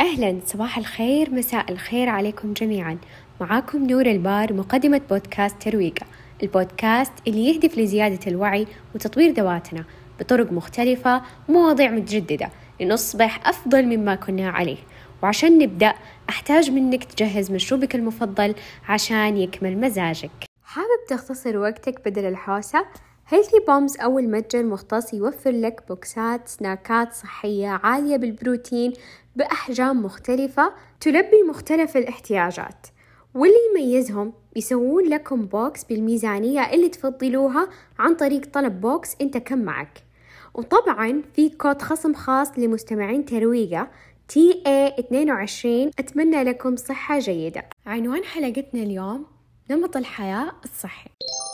أهلا، صباح الخير، مساء الخير عليكم جميعا. معاكم نور البار، مقدمة بودكاست ترويقة، البودكاست اللي يهدف لزيادة الوعي وتطوير ذواتنا بطرق مختلفة ومواضيع متجددة لنصبح أفضل مما كنا عليه. وعشان نبدأ أحتاج منك تجهز مشروبك المفضل عشان يكمل مزاجك. حابب تختصر وقتك بدل الحوسة؟ هيلثي بومز أول متجر مختص يوفر لك بوكسات سناكات صحية عالية بالبروتين بأحجام مختلفة تلبي مختلف الاحتياجات، واللي يميزهم يسوون لكم بوكس بالميزانية اللي تفضلوها عن طريق طلب بوكس انت كم معك. وطبعا في كود خصم خاص لمستمعين ترويقة TA22. أتمنى لكم صحة جيدة. عنوان حلقتنا اليوم نمط الحياة الصحي.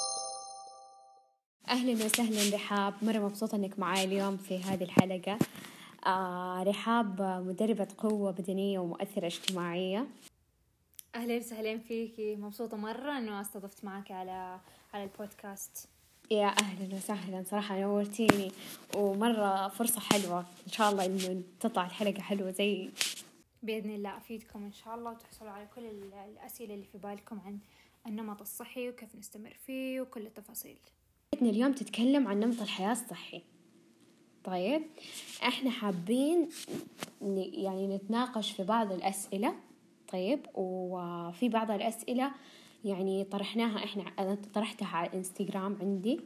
أهلا وسهلا رحاب، مرة مبسوطة أنك معاي اليوم في هذه الحلقة. رحاب مدربة قوة بدنية ومؤثرة اجتماعية. أهلا وسهلا فيكي، مبسوطة مرة أنه استضفت معك على البودكاست. يا أهلا وسهلا، صراحة نورتيني ومرة فرصة حلوة، إن شاء الله إنه تطلع الحلقة حلوة زي بإذن الله. أفيدكم إن شاء الله وتحصلوا على كل الأسئلة اللي في بالكم عن النمط الصحي وكيف نستمر فيه وكل التفاصيل. اليوم تتكلم عن نمط الحياة الصحي. طيب احنا حابين يعني نتناقش في بعض الأسئلة. طيب، وفي بعض الأسئلة يعني طرحناها أنا طرحتها على الانستغرام عندي،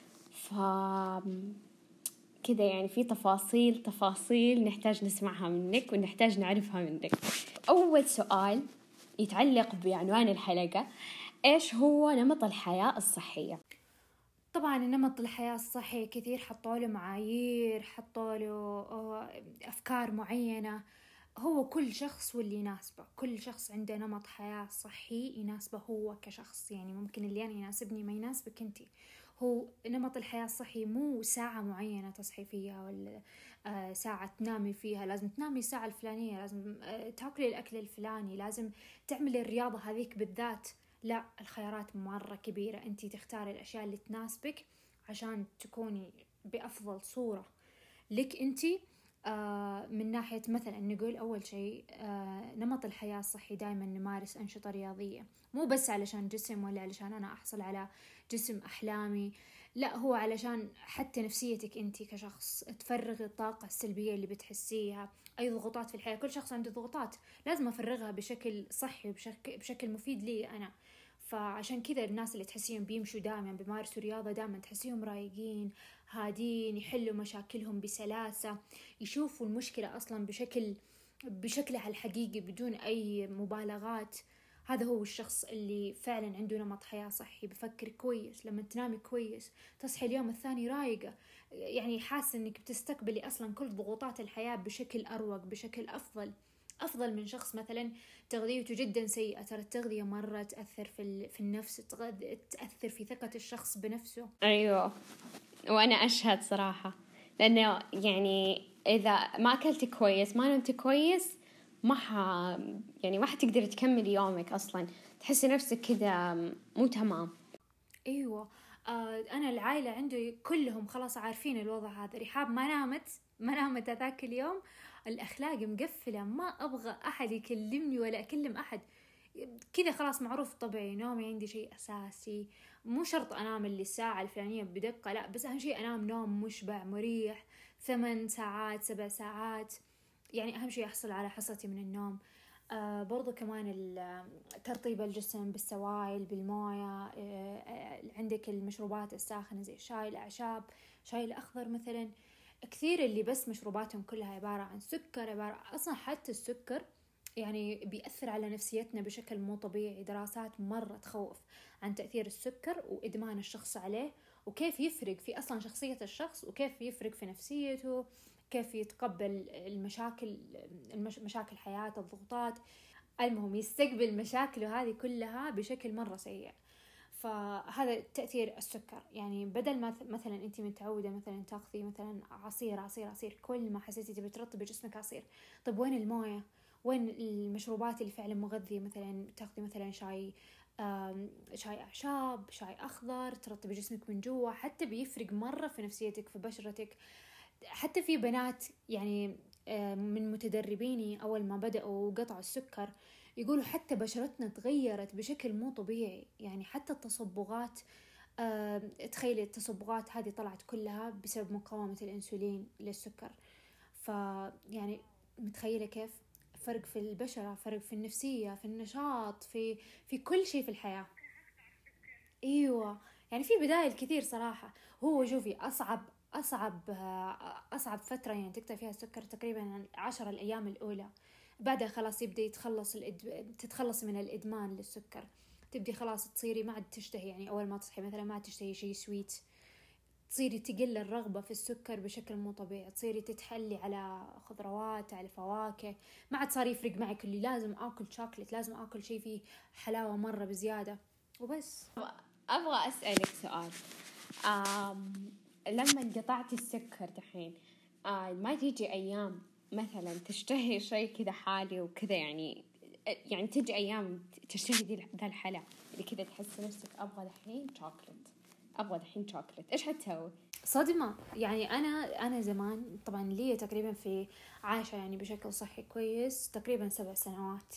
كده يعني في تفاصيل نحتاج نسمعها منك ونحتاج نعرفها منك. أول سؤال يتعلق بعنوان الحلقة، إيش هو نمط الحياة الصحية؟ طبعا نمط الحياة الصحي كثير حطوا له معايير، حطوا له أفكار معينة. هو كل شخص واللي يناسبه، كل شخص عنده نمط حياة صحي يناسبه هو كشخص. يعني ممكن اللي أنا يناسبني ما يناسبك أنتي. هو نمط الحياة الصحي مو ساعة معينة تصحي فيها ولا ساعة تنامي فيها، لازم تنامي الساعة الفلانية، لازم تاكلي الأكل الفلاني، لازم تعملي الرياضة هذيك بالذات. لا، الخيارات مرة كبيرة، أنتي تختاري الأشياء اللي تناسبك عشان تكوني بأفضل صورة لك أنتي. من ناحية مثلا نقول أول شيء نمط الحياة الصحي دائما نمارس أنشطة رياضية، مو بس علشان جسم ولا علشان أنا أحصل على جسم أحلامي، لا، هو علشان حتى نفسيتك أنتي كشخص تفرغي الطاقة السلبية اللي بتحسيها. أي ضغوطات في الحياة، كل شخص عنده ضغوطات، لازم أفرغها بشكل صحي وبشكل مفيد لي أنا. فعشان كذا الناس اللي تحسيهم بيمشوا دائما بيمارسوا رياضة دائما تحسيهم رايقين هادين، يحلوا مشاكلهم بسلاسة، يشوفوا المشكلة أصلا بشكلها الحقيقي بدون أي مبالغات. هذا هو الشخص اللي فعلا عنده نمط حياة صحي. بفكر كويس، لما تنامي كويس تصحي اليوم الثاني رايقة، يعني حاسة انك بتستقبلي أصلا كل ضغوطات الحياة بشكل أروق، بشكل أفضل من شخص مثلا تغذيته جدا سيئة. ترى التغذية مرة تأثر في النفس، تأثر في ثقة الشخص بنفسه. أيوة، وأنا أشهد صراحة، لأنه يعني إذا ما أكلت كويس ما نمت كويس ما حتقدر تكمل يومك أصلا، تحسي نفسك كذا مو تمام. أيوة. أنا العائلة عندي كلهم خلاص عارفين الوضع هذا. رحاب ما نامت هذاك اليوم، الأخلاق مقفلة، ما أبغى أحد يكلمني ولا أكلم أحد، كذا خلاص معروف طبعي. نومي عندي شيء أساسي، مو شرط أنام اللي الساعة الفلانية بدقة، لا، بس أهم شيء أنام نوم مشبع مريح 8 ساعات 7 ساعات، يعني أهم شيء أحصل على حصتي من النوم. برضو كمان ترطيب الجسم بالسوائل بالموية. عندك المشروبات الساخنة زي شاي الأعشاب، شاي الأخضر مثلا. كثير اللي بس مشروباتهم كلها عبارة عن سكر، أصلا حتى السكر يعني بيأثر على نفسيتنا بشكل مو طبيعي. دراسات مرة تخوف عن تأثير السكر وإدمان الشخص عليه، وكيف يفرق في أصلا شخصية الشخص، وكيف يفرق في نفسيته، كيف يتقبل مشاكل حياته، الضغوطات. المهم يستقبل مشاكله هذه كلها بشكل مرة سيء. فهذا تأثير السكر. يعني بدل ما مثلا أنت متعودة مثلا تاخذي مثلا عصير، كل ما حسيتي تبي ترطبي جسمك عصير، طب وين الموية؟ وين المشروبات اللي فعلا مغذية؟ مثلا تاخذي مثلا شاي أعشاب، شاي أخضر، ترطبي جسمك من جوا، حتى بيفرق مرة في نفسيتك، في بشرتك. حتى في بنات يعني من متدربيني أول ما بدأوا قطع السكر يقولوا حتى بشرتنا تغيرت بشكل مو طبيعي. يعني حتى التصبغات، تخيلي التصبغات هذه طلعت كلها بسبب مقاومة الأنسولين للسكر. فيعني متخيلة كيف فرق في البشرة، فرق في النفسية، في النشاط، في كل شيء في الحياة. ايوه، يعني في بدائل كثير صراحة. هو شوفي أصعب فترة يعني تقطع فيها السكر تقريبا 10 الأيام الأولى. بعدها خلاص يبدأ تتخلص من الإدمان للسكر. تبدي خلاص تصيري ما عاد تشتهي، يعني أول ما تصحي مثلا ما تشتهي شيء سويت. تصيري تقل الرغبة في السكر بشكل مو طبيعي. تصيري تتحلي على خضروات، على فواكه. ما عاد صار يفرق معك اللي لازم آكل شوكولات، لازم آكل شيء فيه حلاوة مرة بزيادة وبس. أبغى أسألك سؤال. لما قطعتي السكر دحين، ما تيجي أيام مثلا تشتهي شيء كذا حالي وكذا، يعني تجي أيام تشتهي ذا الحلا اللي كذا تحس نفسك أبغى دحين شوكولات، إيش حتسوي؟ صدمة. يعني أنا زمان طبعا لي تقريبا في عايشة يعني بشكل صحي كويس تقريبا 7 سنوات.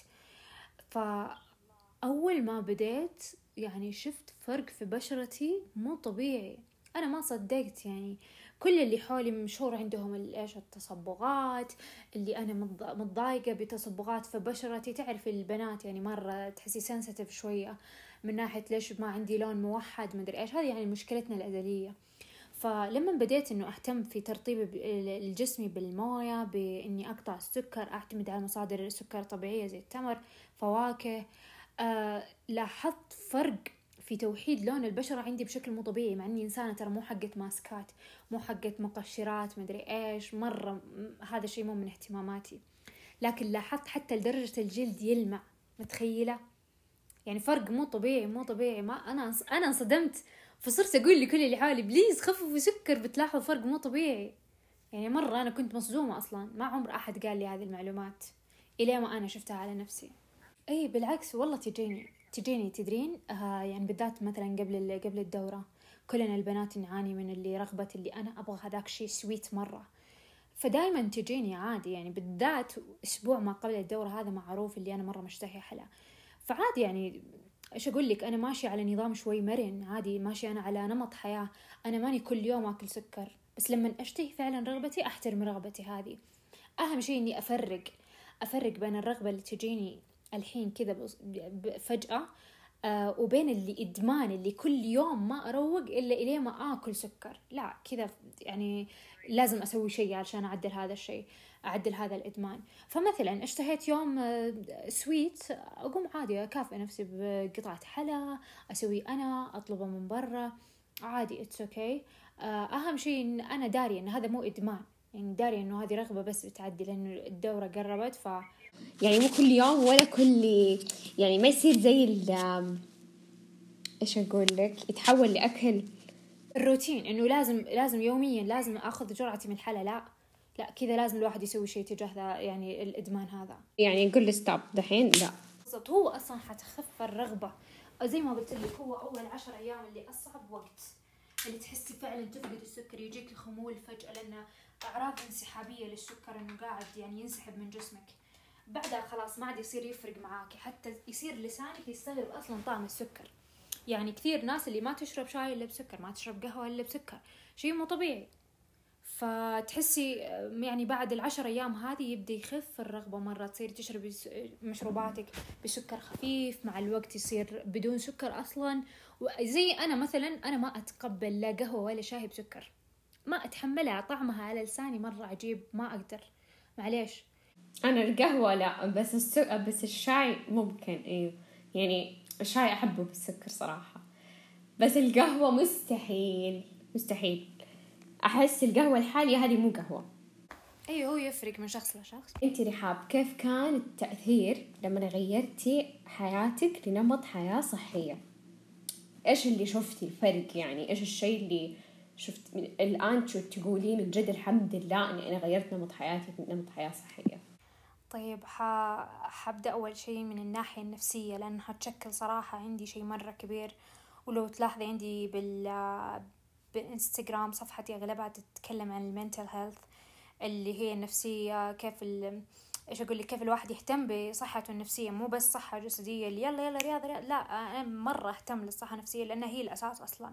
فأول ما بديت يعني شفت فرق في بشرتي مو طبيعي. أنا ما صدقت، يعني كل اللي حولي مشهور عندهم إيش التصبغات، اللي أنا متضايقة بتصبغات في بشرتي. تعرف البنات يعني مرة تحسي سنسيتيف شوية من ناحية ليش ما عندي لون موحد مدري إيش. هذه يعني مشكلتنا الأزلية. فلما بديت إنه أهتم في ترطيب الجسم بالموية، بإني أقطع السكر، أعتمد على مصادر سكر طبيعية زي التمر، فواكه، لاحظت فرق في توحيد لون البشرة عندي بشكل مو طبيعي. مع إني إنسانة ترى مو حقة ماسكات، مو حقة مقشرات مدري إيش مرة، هذا الشيء مو من اهتماماتي. لكن لاحظت حتى لدرجة الجلد يلمع. متخيلة؟ يعني فرق مو طبيعي مو طبيعي. ما أنا انصدمت. فصرت أقول لكل اللي حولي بليز خففوا سكر بتلاحظوا فرق مو طبيعي. يعني مرة أنا كنت مصدومة أصلا، ما عمر أحد قال لي هذه المعلومات إلى ما أنا شفتها على نفسي. أي بالعكس والله تجيني تدرين، يعني بالذات مثلا قبل الدورة كلنا البنات نعاني من اللي رغبة اللي أنا أبغى هذاك شيء سويت مرة. فدايما تجيني عادي، يعني بالذات أسبوع ما قبل الدورة هذا معروف اللي أنا مرة مشتهي حلا. فعادي يعني إيش أقول لك، أنا ماشي على نظام شوي مرن عادي، ماشي أنا على نمط حياة. أنا ماني كل يوم أكل سكر، بس لما أشتهي فعلا رغبتي أحترم رغبتي هذه. أهم شيء إني أفرق بين الرغبة اللي تجيني الحين كذا فجأة، وبين اللي إدمان اللي كل يوم ما أروق إلا إليه ما آكل سكر. لا كذا يعني لازم أسوي شيء عشان أعدل هذا الشيء، أعدل هذا الإدمان. فمثلا اشتهيت يوم سويت، أقوم عادي أكافئ نفسي بقطعة حلا، أسوي أنا أطلبه من برا عادي it's okay. أهم شيء إن أنا داري إن هذا مو إدمان، يعني داري إنه هذه رغبة بس بتعدي لأنه الدورة قربت. يعني مو كل يوم ولا كل، يعني ما يصير زي إيش أقول لك، يتحول لأكل الروتين إنه لازم يوميا لازم أخذ جرعتي من الحلا. لا كذا لازم الواحد يسوي شيء تجاه يعني الإدمان هذا. يعني يقول لي ستوب دحين لا. بالضبط، هو أصلا حتخف الرغبة. زي ما قلت لك هو أول 10 أيام اللي أصعب وقت، اللي تحسي فعلا تفقد السكر، يجيك خمول فجأة لأن أعراض انسحابية للسكر إنه قاعد يعني ينسحب من جسمك. بعدها خلاص ما عاد يصير يفرق معاك، حتى يصير لسانك يستغرب أصلا طعم السكر. يعني كثير ناس اللي ما تشرب شاي إلا بسكر، ما تشرب قهوة إلا بسكر، شيء مو طبيعي. فتحسي يعني بعد 10 أيام هذه يبدأ يخف الرغبة مرة، تصير تشربي مشروباتك بسكر خفيف، مع الوقت يصير بدون سكر أصلا. وزي أنا مثلا أنا ما أتقبل لا قهوة ولا شاي بسكر، ما أتحملها، طعمها على لساني مرة عجيب، ما أقدر، معليش. أنا القهوة لا، بس الشاي ممكن. إيه يعني الشاي أحبه بالسكر صراحة، بس القهوة مستحيل. أحس القهوة الحالية هذه مو قهوة. أيوه هو يفرق من شخص لشخص. أنت رحاب، كيف كان التأثير لما غيرتي حياتك لنمط حياة صحية؟ إيش اللي شفتي الفرق؟ يعني إيش الشيء اللي شفت الآن تقولي من جد الحمد لله أني أنا غيرت نمط حياتي لنمط حياة صحية؟ طيب حبدأ أول شيء من الناحية النفسية، لأنها تشكل صراحة عندي شيء مرة كبير. ولو تلاحظي عندي بالإنستغرام صفحتي أغلبها تتكلم عن المنتل هيلث. اللي هي النفسية، كيف ايش اقول لك، كيف الواحد يهتم بصحته النفسية، مو بس صحة جسدية اللي يلا يلا رياضة لا، انا مرة اهتم للصحة النفسية لانها هي الاساس اصلا.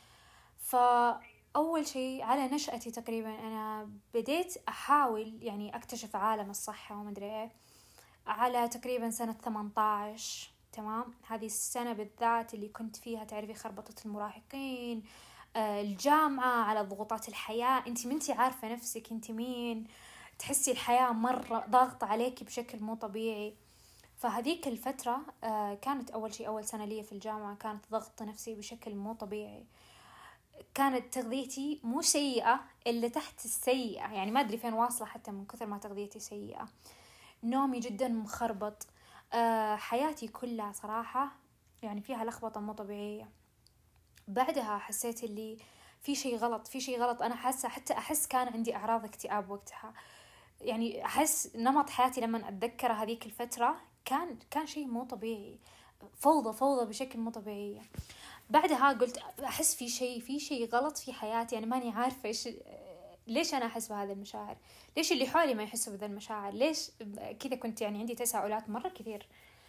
فاول شيء على نشأتي تقريبا انا بديت احاول يعني اكتشف عالم الصحة وما ادري ايه على تقريبا سنة 18. تمام، هذه السنة بالذات اللي كنت فيها تعرفي خربطة المراهقين، الجامعة، على ضغوطات الحياة، انتي منتي عارفة نفسك انتي مين، تحسي الحياة مرة ضاغطة عليكي بشكل مو طبيعي. فهذيك الفترة كانت أول شيء أول سنة لي في الجامعة كانت ضغط نفسي بشكل مو طبيعي. كانت تغذيتي مو سيئة إلا تحت السيئة، يعني ما أدري فين واصلة حتى من كثر ما تغذيتي سيئة. نومي جدا مخربط، حياتي كلها صراحة يعني فيها لخبطة مو طبيعية. بعدها حسيت اللي في شيء غلط، في شيء غلط. أنا حاسة حتى أحس كان عندي أعراض اكتئاب وقتها، يعني أحس نمط حياتي لما أتذكر هذيك الفترة كان شيء مو طبيعي، فوضى بشكل مو طبيعي. بعدها قلت أحس في شيء غلط في حياتي، أنا ماني عارفة ليش أنا أحس بهذا المشاعر، ليش اللي حولي ما يحسوا بهذا المشاعر، ليش كذا. كنت يعني عندي تساؤلات مرة كثير.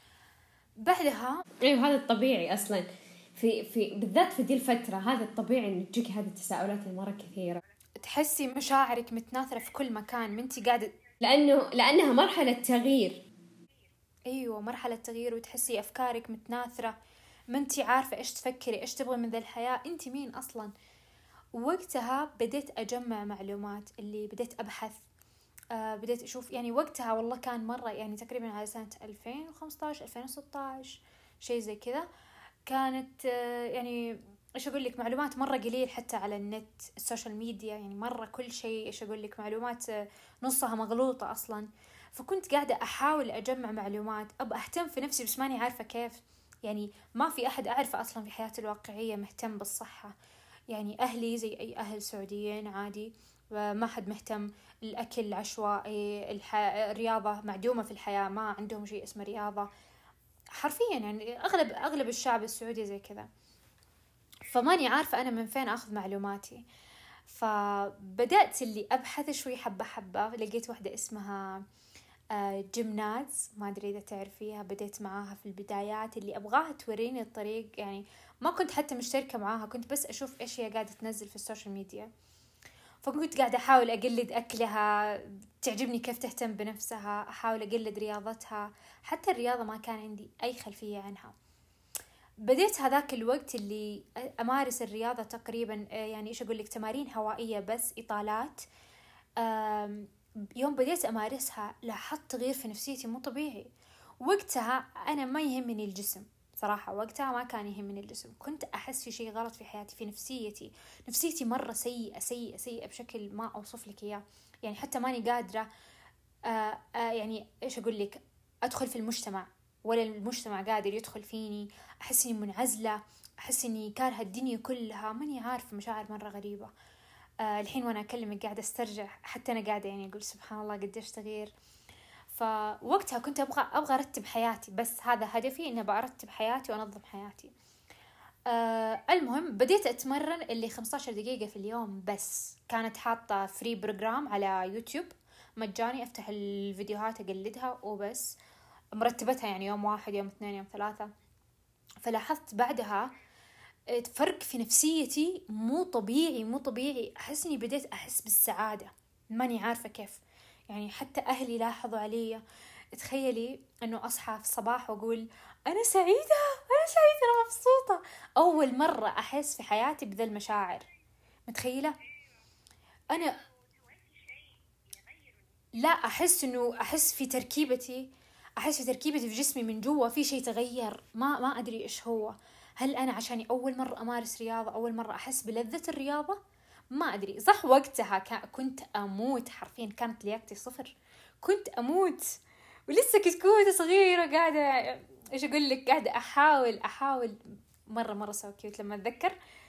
بعدها ايوه هذا الطبيعي اصلا، في بالذات في دي الفتره هذا الطبيعي انه تجيك هذه التساؤلات المره كثيره، تحسي مشاعرك متناثرة في كل مكان، ما انتي قاعدة. لانها مرحله تغيير. ايوه مرحلة تغيير، وتحسي افكارك متناثرة، ما انتي عارفة ايش تفكري، ايش تبغي من ذا الحياة، انتي مين اصلا. وقتها بديت اجمع معلومات، اللي بديت ابحث، بديت اشوف يعني. وقتها والله كان مرة يعني تقريبا على سنة 2015 2016 شيء زي كذا. كانت يعني ايش اقول لك معلومات مرة قليل حتى على النت، السوشيال ميديا، يعني مرة كل شيء ايش اقول لك معلومات نصها مغلوطة اصلا. فكنت قاعدة احاول اجمع معلومات، ابى اهتم في نفسي بس ماني عارفة كيف. يعني ما في احد اعرفه اصلا في حياتي الواقعية مهتم بالصحة، يعني اهلي زي اي اهل سعوديين عادي، ما حد مهتم. الاكل عشوائي، الرياضة معدومة في الحياة، ما عندهم شيء اسمه رياضة حرفيا، يعني اغلب الشعب السعودي زي كذا. فماني عارفة انا من فين اخذ معلوماتي. فبدأت اللي ابحث شوي حبة حبة، لقيت واحدة اسمها جيمناز، ما ادري اذا تعرفيها. بديت معاها في البدايات، اللي ابغاها توريني الطريق، يعني ما كنت حتى مشتركة معاها، كنت بس اشوف ايش هي قاعدة تنزل في السوشيال ميديا. فكنت قاعدة أحاول أقلد أكلها، تعجبني كيف تهتم بنفسها، أحاول أقلد رياضتها. حتى الرياضة ما كان عندي أي خلفية عنها. بديت هذاك الوقت اللي أمارس الرياضة تقريبا يعني إيش أقول لك تمارين هوائية بس، إطالات. يوم بديت أمارسها لاحظت تغيير في نفسيتي مو طبيعي. وقتها أنا ما يهمني الجسم صراحة، وقتها ما كان يهمني الجسم، كنت أحس في شيء غلط في حياتي، في نفسيتي مرة سيئة بشكل ما أوصف لك إياه. يعني حتى ماني قادرة يعني إيش أقول لك أدخل في المجتمع، ولا المجتمع قادر يدخل فيني. أحس إني منعزلة، أحس إني كارهة الدنيا كلها، ماني عارفة، مشاعر مرة غريبة. الحين وأنا أكلمك قاعدة أسترجع، حتى أنا قاعدة يعني أقول سبحان الله قديش تغيير. فوقتها كنت أبغى أرتب حياتي، بس هذا هدفي، إني برتب حياتي وأنظم حياتي. المهم بديت أتمرن اللي 15 دقيقة في اليوم بس. كانت حاطة فري بروجرام على يوتيوب مجاني، أفتح الفيديوهات أقلدها وبس. مرتبتها يعني يوم 1 يوم 2 يوم 3. فلاحظت بعدها فرق في نفسيتي مو طبيعي. أحس إني بديت أحس بالسعادة، ماني عارفة كيف. يعني حتى أهلي لاحظوا علي. تخيلي أنه أصحى في الصباح وأقول أنا سعيدة، أنا مبسوطة. أول مرة أحس في حياتي بذا المشاعر، متخيلة؟ أنا لا أحس في تركيبتي، في جسمي من جوا في شيء تغير، ما أدري إيش هو. هل أنا عشاني أول مرة أمارس رياضة، أول مرة أحس بلذة الرياضة؟ ما أدري. صح وقتها كنت أموت حرفيا، كانت لياقتي 0، كنت أموت ولسه كتكوتة صغيرة قاعدة إيش أقول لك، قاعدة أحاول مرة سو كيوت لما أتذكر.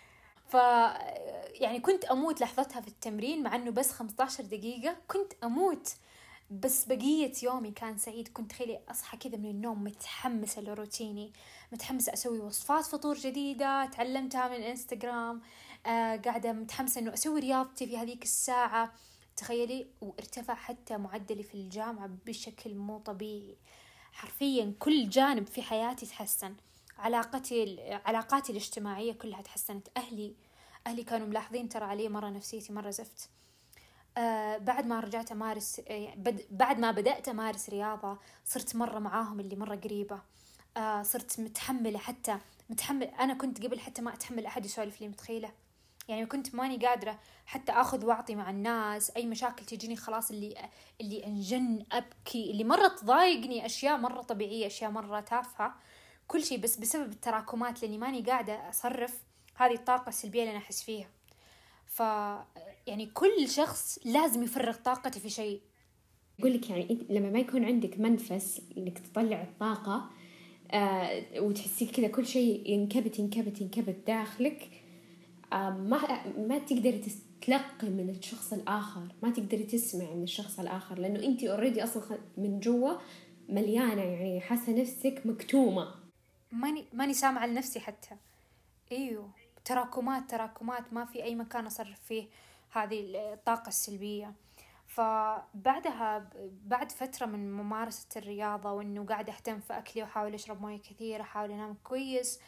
يعني كنت أموت لحظتها في التمرين، مع أنه بس 15 دقيقة كنت أموت، بس بقية يومي كان سعيد. كنت خلي أصحى كذا من النوم متحمسة لروتيني، متحمسة أسوي وصفات فطور جديدة تعلمتها من إنستغرام، قاعدة متحمسة أنه أسوي رياضتي في هذيك الساعة. تخيلي. وارتفع حتى معدلي في الجامعة بشكل مو طبيعي، حرفيا كل جانب في حياتي تحسن. علاقاتي الاجتماعية كلها تحسنت. أهلي كانوا ملاحظين ترى علي مرة نفسيتي مرة زفت. بعد ما رجعت أمارس بعد ما بدأت أمارس رياضة صرت مرة معاهم اللي مرة قريبة. صرت متحملة، حتى أنا كنت قبل حتى ما أتحمل أحد يسولف لي، متخيلة يعني كنت ماني قادرة حتى أخذ وأعطي مع الناس. أي مشاكل تجيني خلاص اللي أنجن أبكي، اللي مرة تضايقني أشياء مرة طبيعية، أشياء مرة تافهة، كل شيء بس بسبب التراكمات، لأني ماني قاعدة أصرف هذه الطاقة السلبية اللي أنا أحس فيها. يعني كل شخص لازم يفرغ طاقته في شيء. يقول لك يعني انت لما ما يكون عندك منفس انك تطلع الطاقة، وتحسي كذا كل شيء ينكبت داخلك، ما تقدري تتلقي من الشخص الآخر، ما تقدري تسمع من الشخص الآخر، لأنه انت اوريدي أصلا من جوا مليانة، يعني حاسة نفسك مكتومة. ماني سامعة لنفسي حتى. ايوه، تراكمات ما في اي مكان اصرف فيه هذه الطاقة السلبية. فبعدها بعد فترة من ممارسة الرياضة وانه قاعدة اهتم في اكلي واحاول اشرب موية كثير، احاول انام كويس،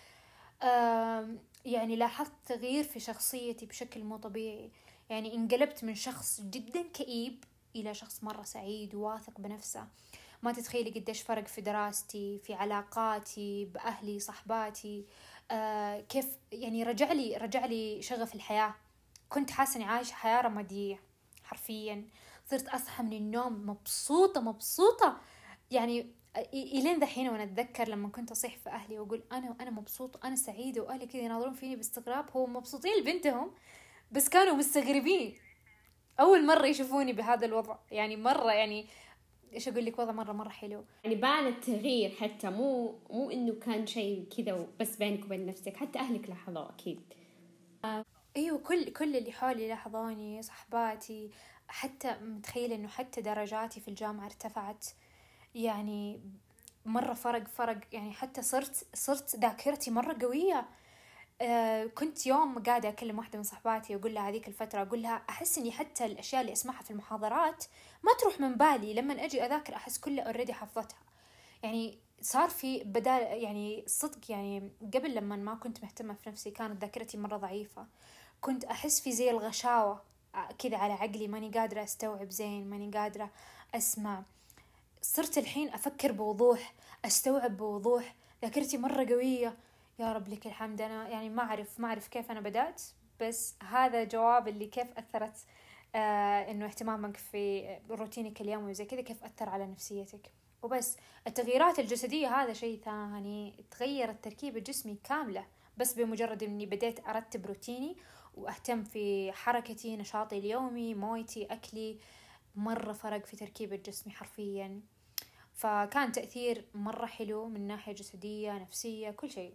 يعني لاحظت تغيير في شخصيتي بشكل مو طبيعي. يعني انقلبت من شخص جدا كئيب الى شخص مرة سعيد وواثق بنفسه. ما تتخيلي قديش فرق في دراستي، في علاقاتي بأهلي صحباتي. كيف يعني رجع لي شغف الحياة. كنت حاسة إني عايشة حياة رمادية حرفيا. صرت أصحى من النوم مبسوطة يعني. إلين ذحين وأنا أتذكر لما كنت أصيح في أهلي وأقول أنا مبسوطة، أنا سعيدة، وأهلي كذا يناظرون فيني باستغراب. هو مبسوطين لبنتهم بس كانوا مستغربين أول مرة يشوفوني بهذا الوضع. يعني مرة يعني إيش أقول لك، وضع مرة حلو. يعني بان التغيير، حتى مو إنه كان شيء كذا بس بينك وبين نفسك، حتى أهلك لاحظوا أكيد. ايوه، كل اللي حولي لاحظوني، صحباتي، حتى متخيلة انه حتى درجاتي في الجامعة ارتفعت. يعني مرة فرق يعني. حتى صرت ذاكرتي مرة قوية. كنت يوم قاعدة أكلم واحدة من صحباتي وأقول لها هذيك الفترة، أقول لها أحس إني حتى الأشياء اللي أسمعها في المحاضرات ما تروح من بالي، لما أجي أذاكر أحس كلها أوريدي حفظتها. يعني صار في بدال، يعني صدق يعني قبل لما ما كنت مهتمة في نفسي كانت ذاكرتي مرة ضعيفة. كنت أحس في زي الغشاوة كذا على عقلي، ماني قادرة أستوعب زين، ماني قادرة أسمع. صرت الحين أفكر بوضوح، أستوعب بوضوح، ذاكرتي مرة قوية. يا رب لك الحمد. أنا يعني ما أعرف كيف أنا بدأت، بس هذا جواب اللي كيف أثرت إنه اهتمامك في روتينك اليومي وزي كذا كيف أثر على نفسيتك. وبس التغييرات الجسدية هذا شيء ثاني، تغير التركيبة جسمي كاملة بس بمجرد إني بديت أرتب روتيني وأهتم في حركتي، نشاطي اليومي، مويتي، أكلي. مرة فرق في تركيبة جسمي حرفيا. فكان تأثير مرة حلو من ناحية جسدية، نفسية، كل شيء.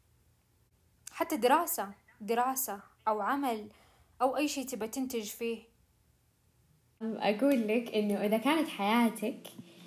حتى دراسة أو عمل أو أي شيء تبى تنتج فيه. أقول لك إنه إذا كانت حياتك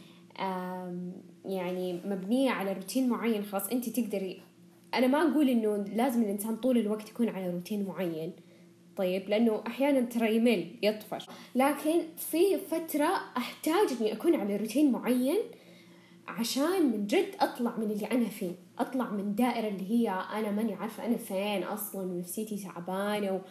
يعني مبنية على روتين معين، خلاص أنت تقدري. أنا ما أقول إنه لازم الإنسان طول الوقت يكون على روتين معين، طيب، لأنه أحيانا ترى يمل يطفش، لكن في فترة أحتاج إني أكون على روتين معين عشان من جد أطلع من اللي أنا فيه، أطلع من دائرة اللي هي أنا ماني عارفة أنا فين أصلا ونفسيتي تعبانة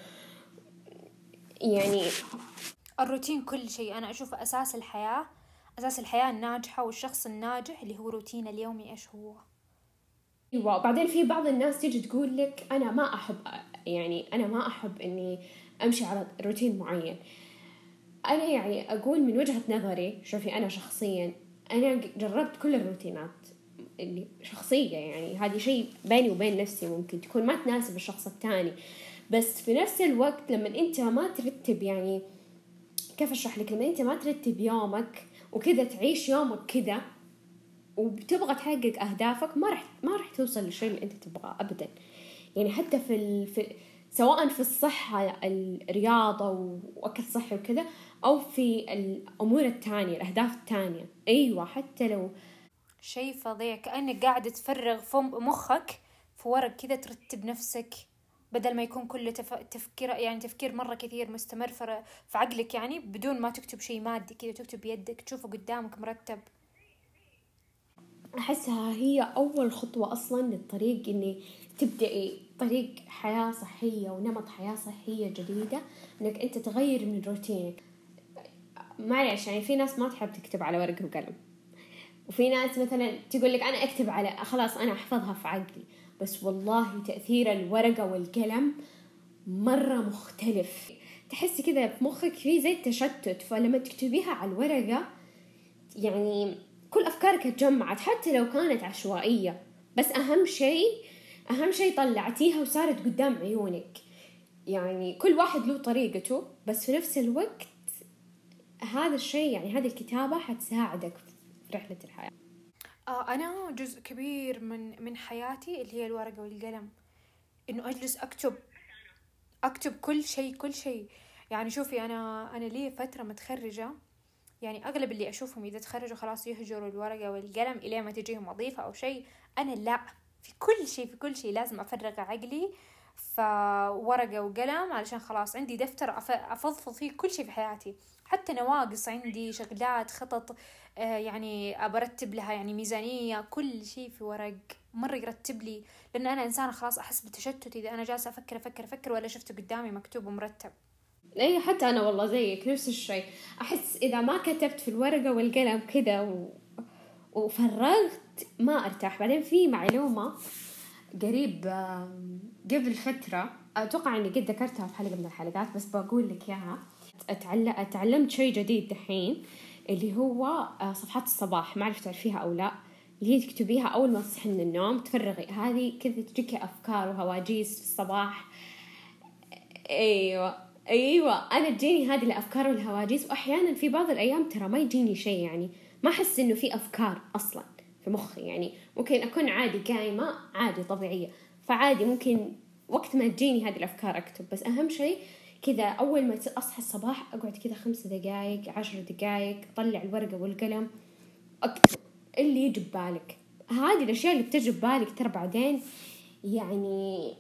يعني الروتين كل شيء. أنا أشوف أساس الحياة الناجحة والشخص الناجح اللي هو روتين اليومي. إيش هو؟ أيوة. وبعدين في بعض الناس تيجي تقول لك أنا ما أحب إني أمشي على روتين معين. أنا يعني أقول من وجهة نظري، شوفي أنا شخصيا أنا جربت كل الروتينات اللي شخصية، يعني هذه شيء بيني وبين نفسي، ممكن تكون ما تناسب الشخص الثاني، بس في نفس الوقت لما أنت ما ترتب، يعني كيف أشرح لك، لما أنت ما ترتب يومك وكذا تعيش يومك كذا وبتبغى تحقق أهدافك، ما راح توصل للشيء اللي أنت تبغاه أبدا. يعني حتى في سواء في الصحة، الرياضة وأكل صحي وكذا، أو في الأمور التانية، الأهداف التانية. أيوة، حتى لو شيء فظيع، كأنك قاعدة تفرغ مخك في ورق كذا، ترتب نفسك بدل ما يكون كله تفكير، يعني تفكير مرة كثير مستمر في عقلك، يعني بدون ما تكتب شيء مادي كذا، تكتب بيدك تشوفه قدامك مرتب. أحسها هي أول خطوة أصلا للطريق إني تبدأي طريق حياة صحية ونمط حياة صحية جديدة، إنك أنت تغير من روتينك. معلش يعني في ناس ما تحب تكتب على ورق وقلم، وفي ناس مثلا تقول لك أنا أكتب على خلاص أنا أحفظها في عقلي، بس والله تأثير الورقة والقلم مرة مختلف. تحسي كذا في مخك فيه زي التشتت، فلما تكتبيها على الورقة يعني كل أفكارك اتجمعت حتى لو كانت عشوائية، بس أهم شيء طلعتيها وصارت قدام عيونك. يعني كل واحد له طريقته، بس في نفس الوقت هذا الشيء يعني هذه الكتابة حتساعدك في رحلة الحياة. أنا جزء كبير من حياتي اللي هي الورقة والقلم، إنه أجلس أكتب كل شيء. يعني شوفي، أنا لي فترة متخرجة، يعني أغلب اللي أشوفهم إذا تخرجوا خلاص يهجروا الورقة والقلم إلى ما تجيهم وظيفة أو شيء. أنا لا، في كل شيء لازم أفرغ عقلي فورقة وقلم، علشان خلاص عندي دفتر أفضفض فيه كل شيء في حياتي، حتى نواقص عندي، شغلات، خطط، يعني أبرتب لها، يعني ميزانية، كل شيء في ورق مرة يرتب لي، لأن أنا إنسانة خلاص أحس بتشتت إذا أنا جالسة أفكر ولا شفته قدامي مكتوب ومرتب. اي حتى انا والله زيك نفس الشيء، احس اذا ما كتبت في الورقة والقلم كذا وفرغت ما ارتاح. بعدين في معلومة قريب قبل فترة اتوقع اني قد ذكرتها في حلقة من الحلقات، بس بقول لك اياها. اتعلمت شيء جديد دحين، اللي هو صفحات الصباح، ما اعرف تعرفيها او لا، اللي هي تكتبيها اول ما تصحي من النوم، تفرغي هذه كذا تجيكي افكار وهواجيس في الصباح. ايوه انا تجيني هذه الافكار والهواجس، واحيانا في بعض الايام ترى ما يجيني شيء، يعني ما احس انه في افكار اصلا في مخي، يعني ممكن اكون عادي قايمه عادي طبيعيه، فعادي ممكن وقت ما تجيني هذه الافكار اكتب. بس اهم شيء كذا اول ما اصحى الصباح اقعد كذا 5 دقائق 10 دقائق، اطلع الورقه والقلم اكتب اللي يجي ببالك. هذه الاشياء اللي بتجي ببالك ترى بعدين يعني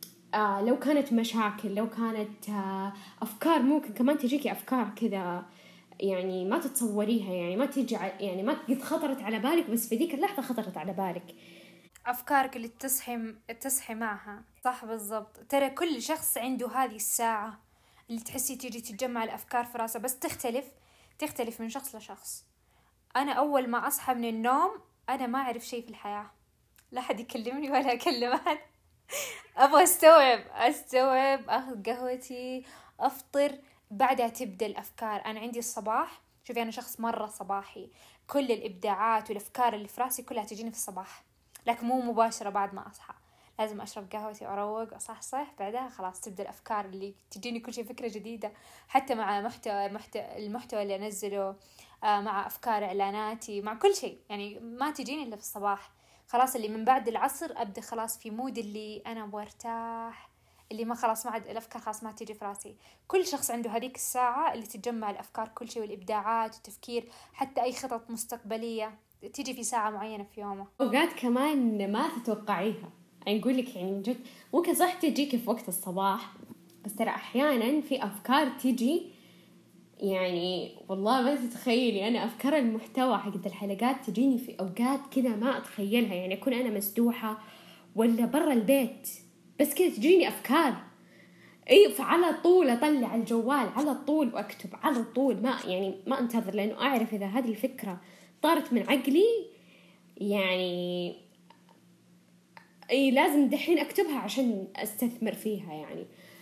لو كانت مشاكل، لو كانت أفكار، ممكن كمان تجيكي أفكار كذا يعني ما تتصوريها، يعني ما تيجي يعني ما قد خطرت على بالك، بس في ذيك اللحظة خطرت على بالك. أفكارك اللي تصحي معها، صح بالضبط. ترى كل شخص عنده هذه الساعة اللي تحسي تيجي تتجمع الأفكار في راسه، بس تختلف من شخص لشخص. أنا أول ما أصحى من النوم أنا ما أعرف شيء في الحياة، لا حد يكلمني ولا أكلم أحد. أبغى أستوعب، أخذ قهوتي، أفطر، بعدها تبدأ الأفكار. أنا عندي الصباح، شوفي أنا شخص مرة صباحي، كل الإبداعات والأفكار اللي في راسي كلها تجيني في الصباح، لكن مو مباشرة بعد ما أصحى. لازم أشرب قهوتي وأروق أصحصح، بعدها خلاص تبدأ الأفكار اللي تجيني، كل شيء فكرة جديدة، حتى مع المحتوى اللي أنزله، مع أفكار إعلاناتي، مع كل شيء، يعني ما تجيني إلا في الصباح. خلاص اللي من بعد العصر أبدأ خلاص في مود اللي أنا أبغى أرتاح، اللي ما خلاص ما عاد الأفكار خلاص ما تيجي في راسي. كل شخص عنده هذيك الساعة اللي تتجمع الأفكار، كل شيء، والإبداعات والتفكير، حتى أي خطط مستقبلية تيجي في ساعة معينة في يومه. أوقات كمان ما تتوقعيها، يعني نقول لك يعني جد ممكن صح تجيك في وقت الصباح، بس ترى أحيانا في أفكار تيجي، يعني والله ما تتخيلي أنا أفكار المحتوى حق الحلقات تجيني في أوقات كذا ما أتخيلها، يعني أكون أنا مسدوحة ولا برا البيت بس كذا تجيني أفكار، اي فعلى طول اطلع الجوال على طول واكتب على طول، ما يعني ما انتظر، لانه اعرف اذا هذه الفكره طارت من عقلي يعني اي لازم دحين اكتبها عشان استثمر فيها يعني.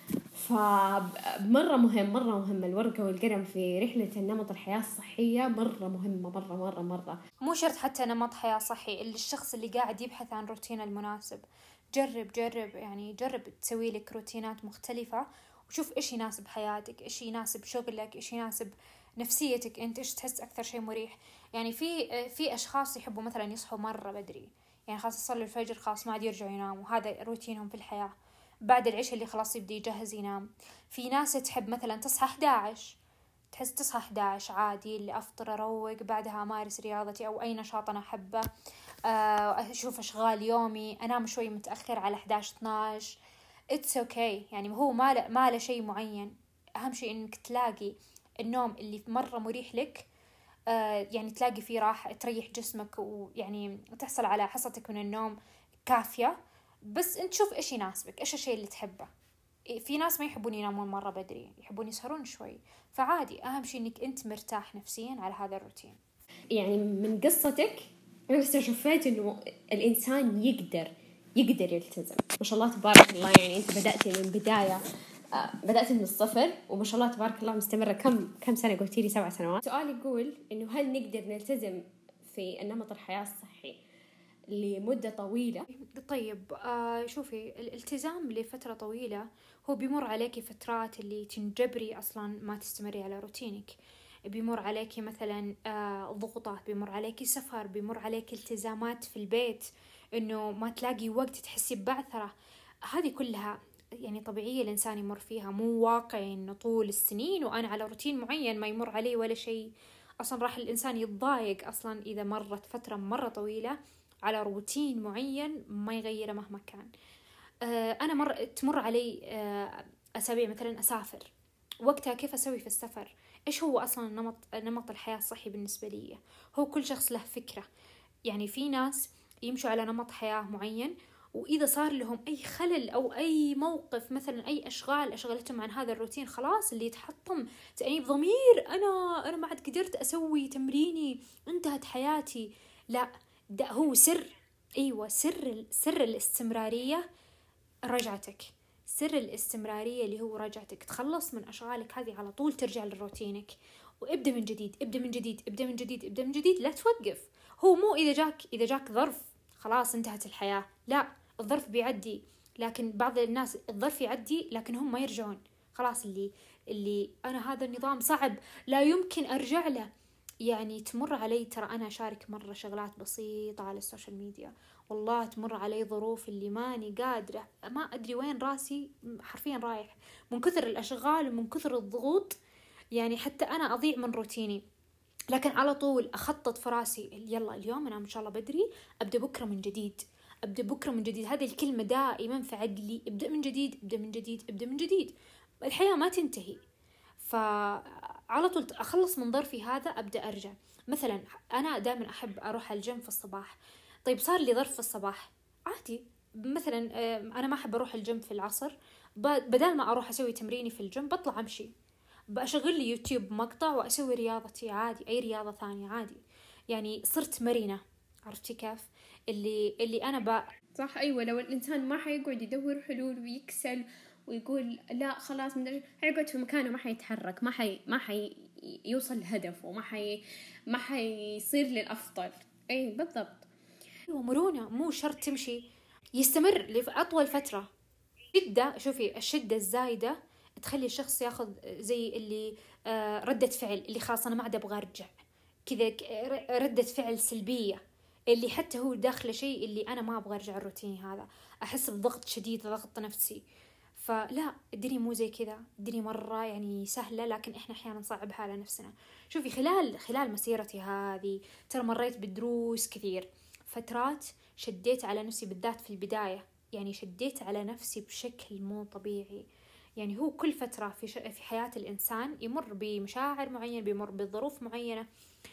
فمرة مهم الورقة والقلم في رحلة النمط الحياة الصحية، مرة مهمة مرة. مو شرط حتى نمط حياة صحي، اللي الشخص اللي قاعد يبحث عن روتين المناسب، جرب يعني جرب تسوي لك روتينات مختلفة، وشوف إيش يناسب حياتك، إيش يناسب شغلك، إيش يناسب نفسيتك أنت، إيش تحس أكثر شيء مريح. يعني في أشخاص يحبوا مثلا يصحوا مرة بدري، يعني خلاص يصلوا الفجر خلاص ما عاد يرجعوا يناموا، هذا روتينهم في الحياة. بعد العشاء اللي خلاص يبدأ يجهز ينام. في ناس تحب مثلا تصحى 11، تحس تصحى 11 عادي، اللي أفطر أروق، بعدها أمارس رياضتي أو أي نشاط أنا أحبه، أشوف أشغال يومي، أنام شوي متأخر على 11-12، it's okay. يعني هو ما له شيء معين، أهم شيء إنك تلاقي النوم اللي مرة مريح لك، يعني تلاقي فيه راحة، تريح جسمك، ويعني تحصل على حصتك من النوم كافية. بس انت شوف ايش يناسبك، ايش الشيء اللي تحبه. في ناس ما يحبون ينامون مرة بدري، يحبون يسهرون شوي، فعادي، أهم شيء إنك أنت مرتاح نفسيا على هذا الروتين. يعني من قصتك أنا بس شفيت إنه الإنسان يقدر يلتزم، ما شاء الله تبارك الله. يعني أنت بدأتي من بداية، بدأت من الصفر، وما شاء الله تبارك الله مستمرة كم سنة؟ قلتي لي 7 سنوات. سؤالي يقول إنه هل نقدر نلتزم في النمط الحياة الصحي لمدة طويلة؟ طيب، شوفي، الالتزام لفترة طويلة هو بيمر عليكي فترات اللي تنجبري أصلا ما تستمري على روتينك. بيمر عليكي مثلا ضغوطات، بيمر عليكي سفر، بيمر عليكي التزامات في البيت، إنه ما تلاقي وقت، تحسي ببعثرة. هذه كلها يعني طبيعية الإنسان يمر فيها، مو واقعي إنه طول السنين وأنا على روتين معين ما يمر علي ولا شيء. أصلا راح الإنسان يتضايق أصلا إذا مرت فترة مرة طويلة على روتين معين ما يغيره مهما كان. أنا تمر علي أسابيع مثلا أسافر، وقتها كيف أسوي في السفر؟ إيش هو أصلا نمط الحياة الصحي بالنسبة لي؟ هو كل شخص له فكرة. يعني في ناس يمشوا على نمط حياة معين، وإذا صار لهم أي خلل أو أي موقف، مثلا أي أشغال أشغلتهم عن هذا الروتين، خلاص اللي يتحطم تأنيب ضمير، أنا ما عاد قدرت أسوي تمريني، انتهت حياتي. لا، ده هو سر. أيوة، سر الاستمرارية رجعتك. سر الاستمرارية اللي هو رجعتك، تخلص من أشغالك هذه على طول، ترجع لروتينك وابدأ من جديد، ابدأ من جديد، ابدأ من جديد، ابدأ من جديد، لا توقف. هو مو إذا جاك ظرف خلاص انتهت الحياة، لا، الظرف بيعدي. لكن بعض الناس الظرف يعدي لكن هم ما يرجعون. خلاص اللي أنا هذا النظام صعب، لا يمكن أرجع له. يعني تمر علي، ترى أنا أشارك مرة شغلات بسيطة على السوشيال ميديا، والله تمر علي ظروف اللي ماني قادرة، ما أدري وين راسي حرفيا رايح من كثر الأشغال ومن كثر الضغوط. يعني حتى أنا أضيع من روتيني، لكن على طول أخطط في راسي، يلا اليوم أنا إن شاء الله بدري، أبدأ بكرة من جديد، أبدأ بكرة من جديد. هذه الكلمة دائما في عقلي، ابدأ من جديد، ابدأ من جديد، ابدأ من جديد. الحياة ما تنتهي. فعلى طول أخلص من ظرفي هذا، أبدأ أرجع. مثلا أنا دائما أحب أروح الجيم في الصباح. طيب صار لي ظرف في الصباح، عادي. مثلا أنا ما أحب أروح الجيم في العصر، بدل ما أروح أسوي تمريني في الجيم بطلع أمشي، بأشغل لي يوتيوب مقطع وأسوي رياضتي عادي، أي رياضة ثانية عادي. يعني صرت مرنة، عرفتي كيف؟ اللي أنا صح، أيوة. لو الإنسان ما حيقعد يدور حلول ويكسل ويقول لا خلاص حيقعد في مكانه، ما حيتحرك، ما حي يوصل لهدفه، ما حيصير للأفضل. أي بالضبط. مرونة، مو شرط تمشي، يستمر لأطول فترة. شوفي، الشدة الزايدة تخلي الشخص ياخذ زي اللي ردة فعل، اللي خلاص أنا ما عاد أبغى أرجع كذا، ردة فعل سلبية، اللي حتى هو داخله شيء اللي أنا ما أبغى أرجع الروتين هذا، أحس بضغط شديد، ضغط نفسي. فلا، الدنيا مو زي كذا، الدنيا مرة يعني سهلة، لكن إحنا أحيانا نصعبها على نفسنا. شوفي، خلال مسيرتي هذه ترى مريت بدروس كثير، فترات شديت على نفسي بالذات في البداية، يعني شديت على نفسي بشكل مو طبيعي. يعني هو كل فترة في حياة الإنسان يمر بمشاعر معينة، بيمر بظروف معينة.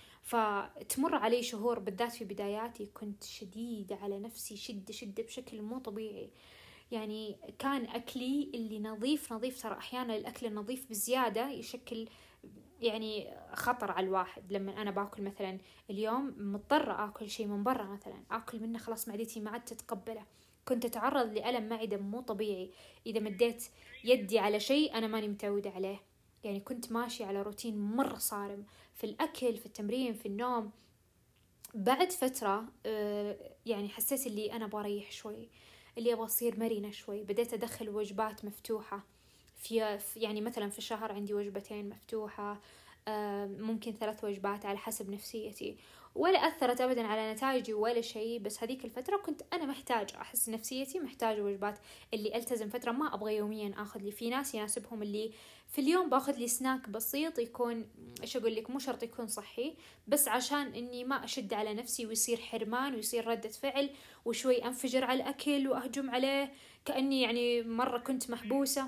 فتمر علي شهور بالذات في بداياتي كنت شديدة على نفسي، شدة بشكل مو طبيعي. يعني كان أكلي اللي نظيف، ترى أحيانا الأكل النظيف بزيادة يشكل يعني خطر على الواحد. لما أنا باكل مثلا اليوم مضطرة أكل شيء من برا، مثلا أكل منه خلاص معدتي ما عاد تتقبله، كنت أتعرض لألم معدة مو طبيعي إذا مديت يدي على شيء أنا ماني متعودة عليه. يعني كنت ماشي على روتين مرة صارم في الأكل، في التمرين، في النوم. بعد فترة يعني حسيت اللي أنا بريح شوي، اللي أبغى أصير مرنة شوي، بديت أدخل وجبات مفتوحة يعني مثلا في الشهر عندي وجبتين مفتوحة، ممكن 3 وجبات على حسب نفسيتي. ولا أثرت أبدا على نتائجي ولا شيء. بس هذيك الفترة كنت أنا محتاجة، أحس نفسيتي محتاجة وجبات اللي ألتزم فترة، ما أبغى يوميا أخذ لي. في ناس يناسبهم اللي في اليوم باخذ لي سناك بسيط، يكون إيش أقول لك، مو شرط يكون صحي، بس عشان إني ما أشد على نفسي ويصير حرمان ويصير ردة فعل وشوي أنفجر على الأكل وأهجم عليه كأني يعني مرة كنت محبوسة.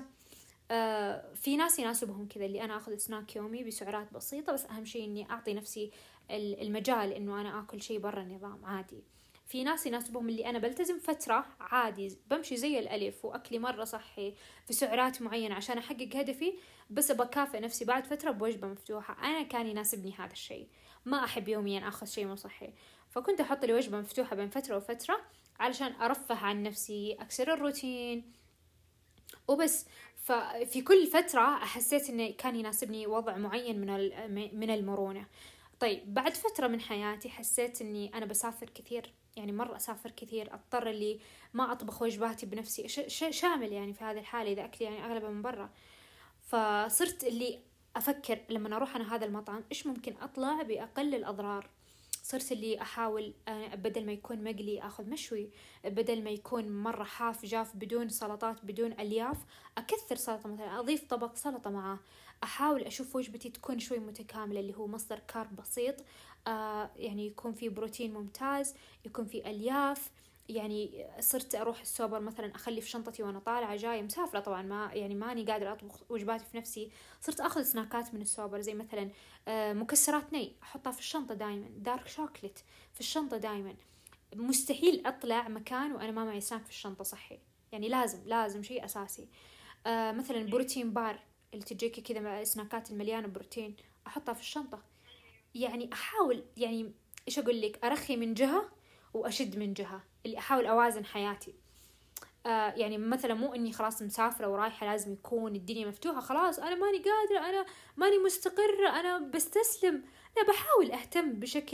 في ناس يناسبهم كذا اللي أنا أخذ سناك يومي بسعرات بسيطة، بس أهم شيء إني أعطي نفسي المجال إنه أنا أكل شيء برا النظام عادي. في ناس يناسبهم اللي أنا بلتزم فترة عادي، بمشي زي الألف وأكلي مرة صحي في سعرات معينة عشان أحقق هدفي، بس بكافئ نفسي بعد فترة بوجبة مفتوحة. أنا كان يناسبني هذا الشيء، ما أحب يوميا أخذ شيء مو صحي، فكنت أحط لي وجبة مفتوحة بين فترة وفترة علشان أرفه عن نفسي، أكسر الروتين وبس. ففي كل فترة حسيت إنه كان يناسبني وضع معين من المرونة. طيب بعد فترة من حياتي حسيت إني أنا بسافر كثير، يعني مرة أسافر كثير، أضطر اللي ما أطبخ وجباتي بنفسي شامل يعني في هذه الحالة إذا أكلي يعني أغلبها من برا. فصرت اللي أفكر لما أروح أنا هذا المطعم إيش ممكن أطلع بأقل الأضرار. صرت اللي أحاول بدل ما يكون مقلي أخذ مشوي، بدل ما يكون مرة حاف جاف بدون سلطات بدون ألياف أكثر سلطة، مثلا أضيف طبق سلطة معه. أحاول أشوف وجبتي تكون شوي متكاملة، اللي هو مصدر كارب بسيط، يعني يكون فيه بروتين ممتاز، يكون فيه ألياف. يعني صرت أروح السوبر مثلا أخلي في شنطتي وأنا طالعة جاية مسافرة، طبعا ما يعني ماني قادرة أطبخ وجباتي في نفسي، صرت أخذ سناكات من السوبر زي مثلا مكسرات ني أحطها في الشنطة دايما، دارك شوكليت في الشنطة دايما. مستحيل أطلع مكان وأنا ما معي سناك في الشنطة صحي، يعني لازم شيء أساسي. مثلا بروتين بار اللي تجيكي كذا سناكات المليانة بروتين أحطها في الشنطة. يعني أحاول يعني إيش أقول لك، أرخي من جهة وأشد من جهة، اللي أحاول أوازن حياتي. يعني مثلا مو إني خلاص مسافرة ورايحة لازم يكون الدنيا مفتوحة، خلاص أنا ماني قادرة، أنا ماني مستقرة، أنا بستسلم. لا، بحاول أهتم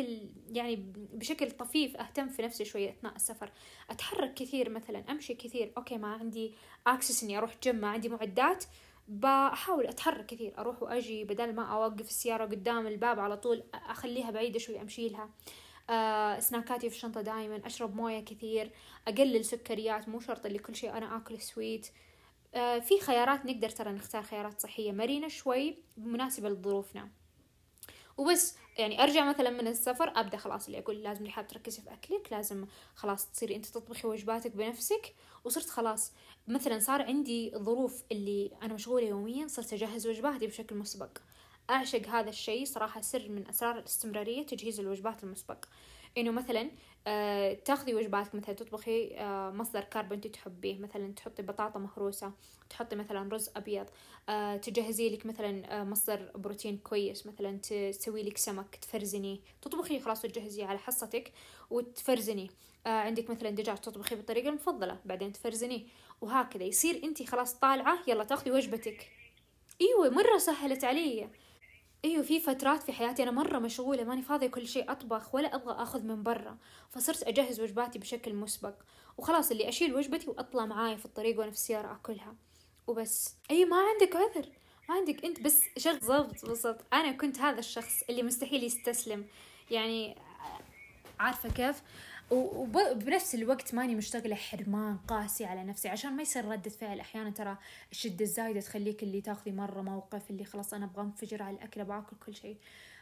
بشكل طفيف، أهتم في نفسي شوية أثناء السفر، أتحرك كثير، مثلا أمشي كثير. أوكي ما عندي أكسس إني أروح جيم، ما عندي معدات، بحاول أتحرك كثير، أروح وأجي، بدل ما أوقف السيارة قدام الباب على طول أخليها بعيدة شوي أمشي لها. سناكاتي في الشنطة دائما، أشرب موية كثير، أقلل سكريات، مو شرط اللي كل شيء أنا أكل سويت. في خيارات نقدر ترى نختار خيارات صحية مرنة شوي مناسبة لظروفنا وبس. يعني أرجع مثلا من السفر أبدأ خلاص اللي أقول لازم رحاب تركزي في أكلك، لازم خلاص تصيري أنت تطبخي وجباتك بنفسك. وصرت خلاص مثلا صار عندي ظروف اللي أنا مشغولة يوميا، صرت أجهز وجباتي بشكل مسبق. أعشق هذا الشيء صراحة، سر من أسرار الاستمرارية تجهيز الوجبات المسبق. إنه مثلا تاخذي وجباتك، مثلا تطبخي مصدر كارب أنت تحبيه، مثلا تحطي بطاطا مهروسة، تحطي مثلا رز أبيض، تجهزي لك مثلا مصدر بروتين كويس، مثلا تسوي لك سمك تفرزنيه، تطبخي خلاص وتجهزيه على حصتك وتفرزنيه. عندك مثلا دجاج تطبخي بالطريقة المفضلة بعدين تفرزنيه، وهكذا يصير انتي خلاص طالعة يلا تاخذي وجبتك. ايوه مرة سهلت علي. ايوه في فترات في حياتي انا مرة مشغولة ماني فاضية كل شيء اطبخ ولا ابغى اخذ من برا، فصرت اجهز وجباتي بشكل مسبق، وخلاص اللي اشيل وجبتي واطلع معايا في الطريق وانا في السيارة اكلها وبس. اي ما عندك عذر، ما عندك انت بس شغل بالضبط. انا كنت هذا الشخص اللي مستحيل يستسلم، يعني عارفة كيف. وبنفس الوقت ماني مشتغلة حرمان قاسي على نفسي عشان ما يصير ردة فعل. أحيانا ترى الشدة الزايدة تخليك اللي تاخذي مرة موقف اللي خلاص أنا أبغى أنفجر على الأكل، باكل كل شيء.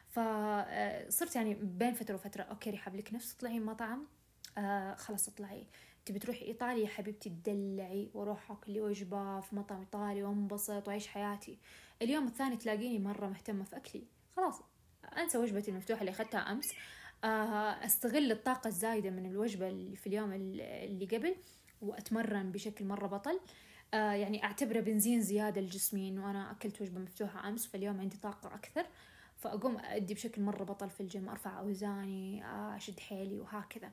فصرت يعني بين فترة وفترة أوكي رحاب لك نفس تطلعي مطعم، خلاص اطلعي، تبي تروحي إيطاليا حبيبتي تدلعي وأروح أكل لي وجبة في مطعم إيطالي وانبسط وأعيش حياتي. اليوم الثاني تلاقيني مرة مهتمة في أكلي، خلاص أنسى وجبتي المفتوحة اللي أخذتها أمس، أستغل الطاقة الزايدة من الوجبة اللي في اليوم اللي قبل وأتمرن بشكل مرة بطل. يعني أعتبره بنزين زيادة لجسمي إنه أنا أكلت وجبة مفتوحة أمس فاليوم عندي طاقة أكثر، فأقوم أدي بشكل مرة بطل في الجيم، أرفع أوزاني، أشد حيلي وهكذا.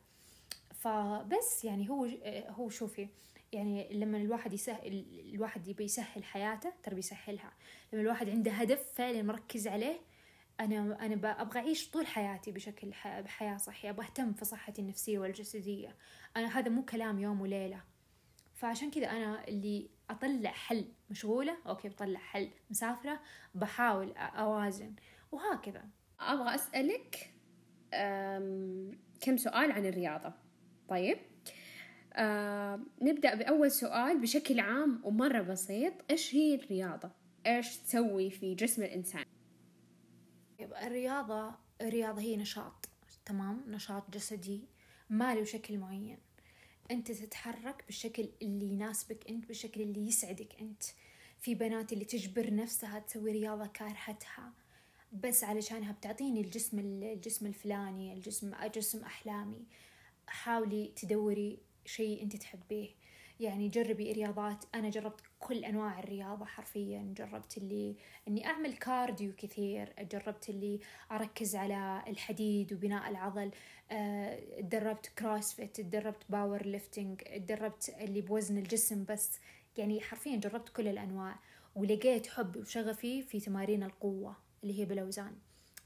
فبس يعني هو شوفي، يعني لما الواحد يبي يسهل حياته ترى بيسهلها. لما الواحد عنده هدف فعلا مركز عليه، أنا أبغى أعيش طول حياتي بحياة صحية، أبغى أهتم في صحتي النفسية والجسدية. هذا مو كلام يوم وليلة. فعشان كذا أنا اللي أطلع حل مشغولة أوكي بطلع حل، مسافرة بحاول أوازن وهكذا. أبغى أسألك كم سؤال عن الرياضة. طيب نبدأ بأول سؤال بشكل عام ومرة بسيط. إيش هي الرياضة؟ إيش تسوي في جسم الإنسان؟ الرياضة هي نشاط، تمام، نشاط جسدي ما له شكل معين. أنت تتحرك بالشكل اللي يناسبك أنت، بالشكل اللي يسعدك أنت. في بنات اللي تجبر نفسها تسوي رياضة كارهتها بس علشانها بتعطيني الجسم الفلاني، جسم أحلامي. حاولي تدوري شيء أنت تحبيه، يعني جربي رياضات. أنا جربت كل أنواع الرياضة حرفيا. جربت أني أعمل كارديو كثير، جربت اللي أركز على الحديد وبناء العضل، دربت كروسفيت، دربت باور ليفتنج، دربت اللي بوزن الجسم بس. يعني حرفيا جربت كل الأنواع، ولقيت حب وشغفي في تمارين القوة اللي هي بالأوزان.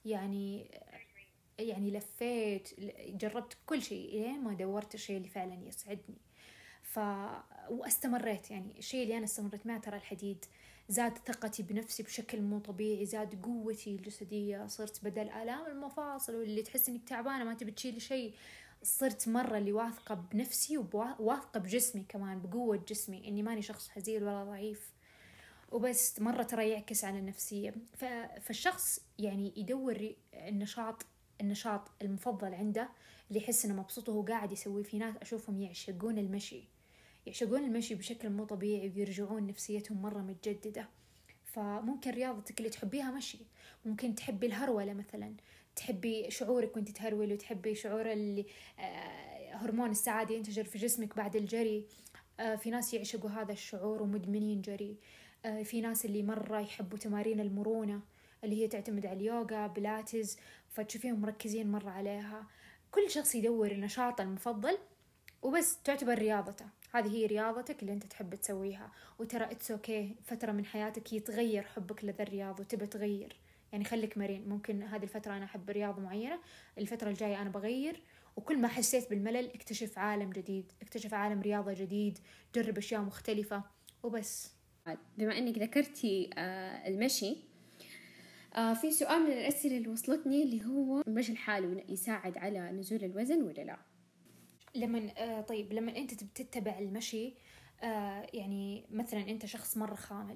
يعني لفيت، جربت كل شيء لين ما دورت الشيء اللي فعلا يسعدني. واستمريت، يعني الشيء اللي أنا استمريت معه ترى الحديد. زاد ثقتي بنفسي بشكل مو طبيعي، زاد قوتي الجسدية، صرت بدل آلام المفاصل واللي تحس إنك تعبانة ما تبي تشيل شيء، صرت مرة اللي واثقة بنفسي وواثقة بجسمي كمان، بقوة جسمي، إني ماني شخص هزيل ولا ضعيف وبس. مرة ترى يعكس على النفسية. فالشخص يعني يدور النشاط المفضل عنده اللي يحس انه مبسوط وهو قاعد يسوي. في ناس اشوفهم يعشقون المشي بشكل مو طبيعي ويرجعون نفسيتهم مرة متجددة. فممكن رياضتك اللي تحبيها مشي، ممكن تحبي الهرولة مثلا، تحبي شعورك وانت تهرولي، وتحبي شعور اللي هرمون السعادة ينتشر في جسمك بعد الجري. في ناس يعشقوا هذا الشعور ومدمنين جري. في ناس اللي مرة يحبوا تمارين المرونة اللي هي تعتمد على اليوغا بلاتز، فتشوفيهم مركزين مرة عليها. كل شخص يدور نشاطه المفضل وبس تعتبر رياضته. هذه هي رياضتك اللي انت تحب تسويها. وترى اتس اوكي فترة من حياتك يتغير حبك لذا الرياضة وتبى تغير، يعني خليك مرن. ممكن هذه الفترة أنا أحب رياضة معينة، الفترة الجاية أنا بغير. وكل ما حسيت بالملل اكتشف عالم جديد، اكتشف عالم رياضة جديد، جرب أشياء مختلفة وبس. بما أنك ذكرتي المشي، في سؤال من الأسئلة اللي وصلتني اللي هو المشي الحالي يساعد على نزول الوزن ولا لا؟ طيب لما أنت تتبع المشي، يعني مثلا أنت شخص مرة خامل،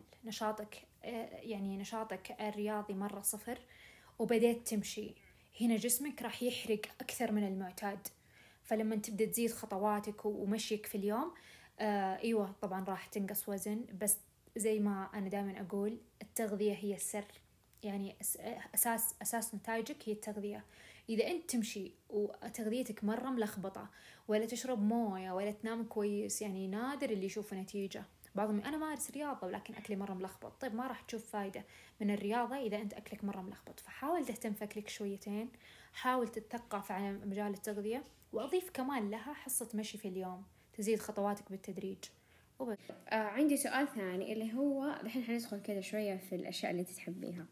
نشاطك الرياضي مرة صفر، وبدأت تمشي، هنا جسمك راح يحرق أكثر من المعتاد. فلما تبدأ تزيد خطواتك ومشيك في اليوم، أيوة طبعا راح تنقص وزن، بس زي ما أنا دائما أقول التغذية هي السر. يعني أساس نتائجك هي التغذية. إذا أنت تمشي وتغذيتك مرة ملخبطة، ولا تشرب موية، ولا تنام كويس، يعني نادر اللي يشوف نتيجة. بعضهم أنا مارس رياضة ولكن أكلي مرة ملخبط. طيب ما راح تشوف فايدة من الرياضة إذا أنت أكلك مرة ملخبط. فحاول تهتم في أكلك شويتين، حاول تتثقف على مجال التغذية، وأضيف كمان لها حصة مشي في اليوم تزيد خطواتك بالتدريج وبس. عندي سؤال ثاني اللي هو الحين حندخل كذا شوية في الأشياء اللي تحبيها.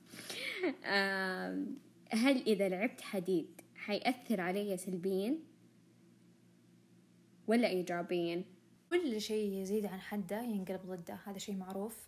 هل إذا لعبت حديد حيأثر علي سلبيا ولا إيجابيا؟ كل شيء يزيد عن حده ينقلب ضده، هذا شيء معروف.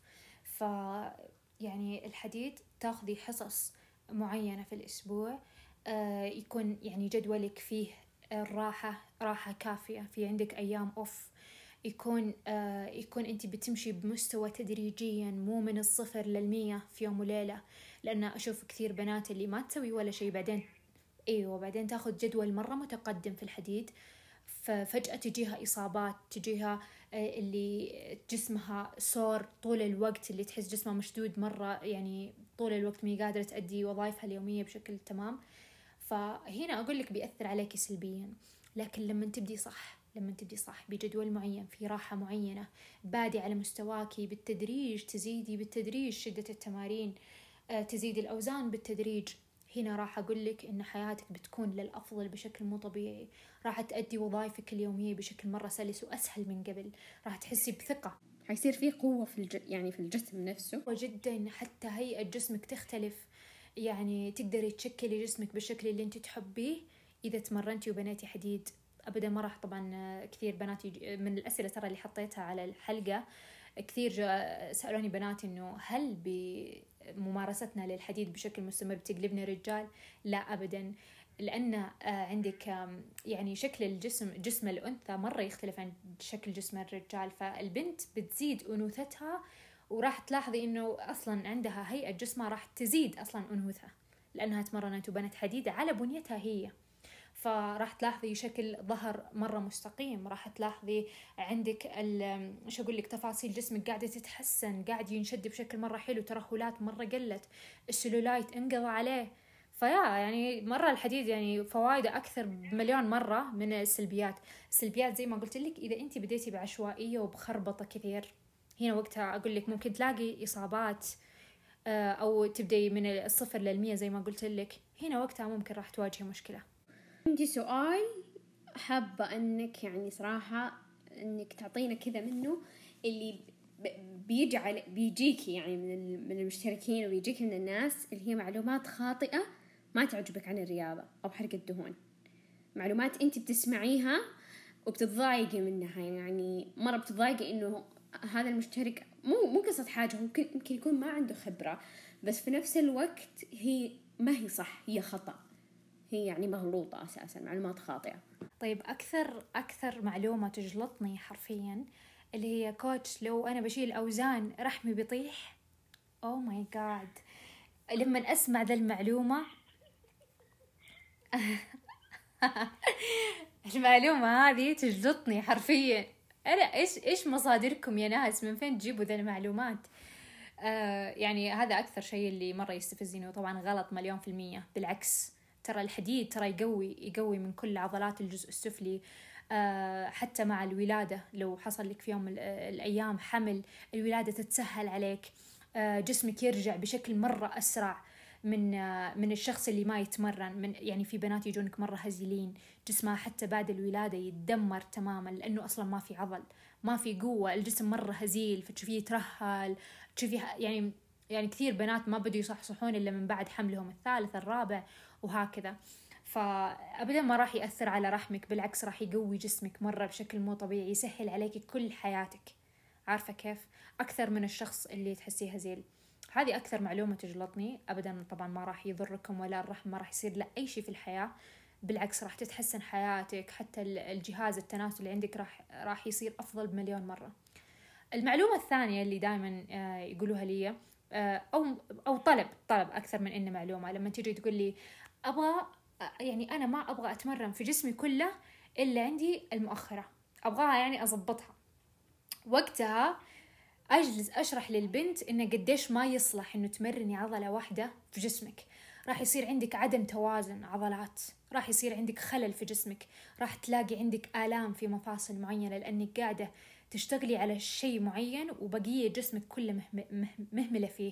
يعني الحديد تاخذي حصص معينة في الأسبوع، يكون يعني جدولك فيه راحة كافية، في عندك أيام أوف، يكون أنت بتمشي بمستوى تدريجيا، مو من 0 ل100 في يوم وليلة. لأن أشوف كثير بنات اللي ما تسوي ولا شيء بعدين تاخذ جدول مرة متقدم في الحديد، ففجأة تجيها إصابات، تجيها اللي جسمها سور طول الوقت، اللي تحس جسمها مشدود مرة، يعني طول الوقت مي قادرة تأدي وظائفها اليومية بشكل تمام. فهنا أقول لك بيأثر عليك سلبيا. لكن لما تبدي صح بجدول معين، في راحة معينة، بادي على مستواكي بالتدريج، تزيدي بالتدريج شدة التمارين، تزيدي الأوزان بالتدريج، هنا راح أقول لك إن حياتك بتكون للأفضل بشكل مو طبيعي. راح تأدي وظائفك اليومية بشكل مرة سلس وأسهل من قبل، راح تحسي بثقة، حيصير في قوة يعني في الجسم نفسه. وجدا حتى هيئة جسمك تختلف، يعني تقدري تشكلي جسمك بالشكل اللي انت تحبيه إذا تمرنتي وبنيتي حديد. أبدا ما راح طبعا كثير بنات من الأسئلة ترى اللي حطيتها على الحلقة، كثير سألوني بنات إنه هل بممارستنا للحديد بشكل مستمر بتقلبنا رجال؟ لا أبدا. لأن عندك يعني شكل جسم الأنثى مرة يختلف عن شكل جسم الرجال، فالبنت بتزيد أنوثتها، وراح تلاحظي إنه أصلا عندها هيئة جسمها راح تزيد أصلا أنوثة لأنها تمرنت وبنت حديدة على بنيتها هي. فراح تلاحظي شكل ظهر مرة مستقيم، راح تلاحظي عندك شو أقول لك تفاصيل جسمك قاعدة تتحسن، قاعد ينشد بشكل مرة حلو، ترهلات مرة قلت، السلولايت انقضى عليه. يعني مرة الحديد يعني فوائده أكثر بمليون مرة من السلبيات. السلبيات زي ما قلت لك إذا أنت بديتي بعشوائية وبخربطة كثير، هنا وقتها أقول لك ممكن تلاقي إصابات، أو تبدي من الصفر للمية زي ما قلت لك، هنا وقتها ممكن راح تواجهي مشكلة. عندي سؤال حابة أنك يعني صراحة أنك تعطينا كذا منه، اللي بيجيكي يعني من المشتركين وبيجيكي من الناس، اللي هي معلومات خاطئة ما تعجبك عن الرياضة أو حرق الدهون، معلومات أنت بتسمعيها وبتتضايقي منها، يعني مرة بتتضايقي إنه هذا المشترك مو قصة حاجة، ممكن يكون ما عنده خبرة، بس في نفس الوقت هي ما هي صح، هي خطأ، هي يعني مغلوطة أساسا، معلومات خاطئة. طيب أكثر معلومة تجلطني حرفيا اللي هي كوتش لو أنا بشيل أوزان رحمي بيطيح. أوه ماي جاد، لما أسمع ذا المعلومة المعلومة هذه تجلطني حرفيا. أنا إيش مصادركم يا ناس؟ من فين تجيبوا ذا المعلومات؟ يعني هذا أكثر شيء اللي مرة يستفزني، وطبعا غلط 1,000,000%. بالعكس، ترى الحديد ترى يقوي من كل عضلات الجزء السفلي. حتى مع الولادة لو حصل لك في يوم من الأيام حمل، الولادة تتسهل عليك، جسمك يرجع بشكل مرة أسرع من الشخص اللي ما يتمرن. يعني في بنات يجونك مرة هزيلين، جسمها حتى بعد الولادة يتدمر تماما لأنه أصلا ما في عضل، ما في قوة، الجسم مرة هزيل، فتشوفيه يترهل، تشوفي يعني كثير بنات ما بدوا يصحصحون إلا من بعد حملهم الثالث الرابع وهكذا. فأبدا ما راح يأثر على رحمك، بالعكس راح يقوي جسمك مرة بشكل مو طبيعي، يسهل عليك كل حياتك. عارفة كيف؟ أكثر من الشخص اللي تحسيه هزيل. هذه أكثر معلومة تجلطني. أبدا طبعا ما راح يضركم، ولا الرحم ما راح يصير لا أي شيء في الحياة، بالعكس راح تتحسن حياتك، حتى الجهاز التناسلي عندك راح يصير أفضل بمليون مرة. المعلومة الثانية اللي دائما يقولوها لي، أو طلب أكثر من إنه معلومة، لما تيجي تقول لي أبغى، يعني أنا ما أبغى أتمرن في جسمي كله إلا عندي المؤخرة، أبغاها يعني أضبطها. وقتها أجلس أشرح للبنت إنه قديش ما يصلح إنه تمرني عضلة واحدة في جسمك، راح يصير عندك عدم توازن عضلات، راح يصير عندك خلل في جسمك، راح تلاقي عندك آلام في مفاصل معينة لأنك قاعدة تشتغلي على شيء معين وبقية جسمك كله مهملة فيه.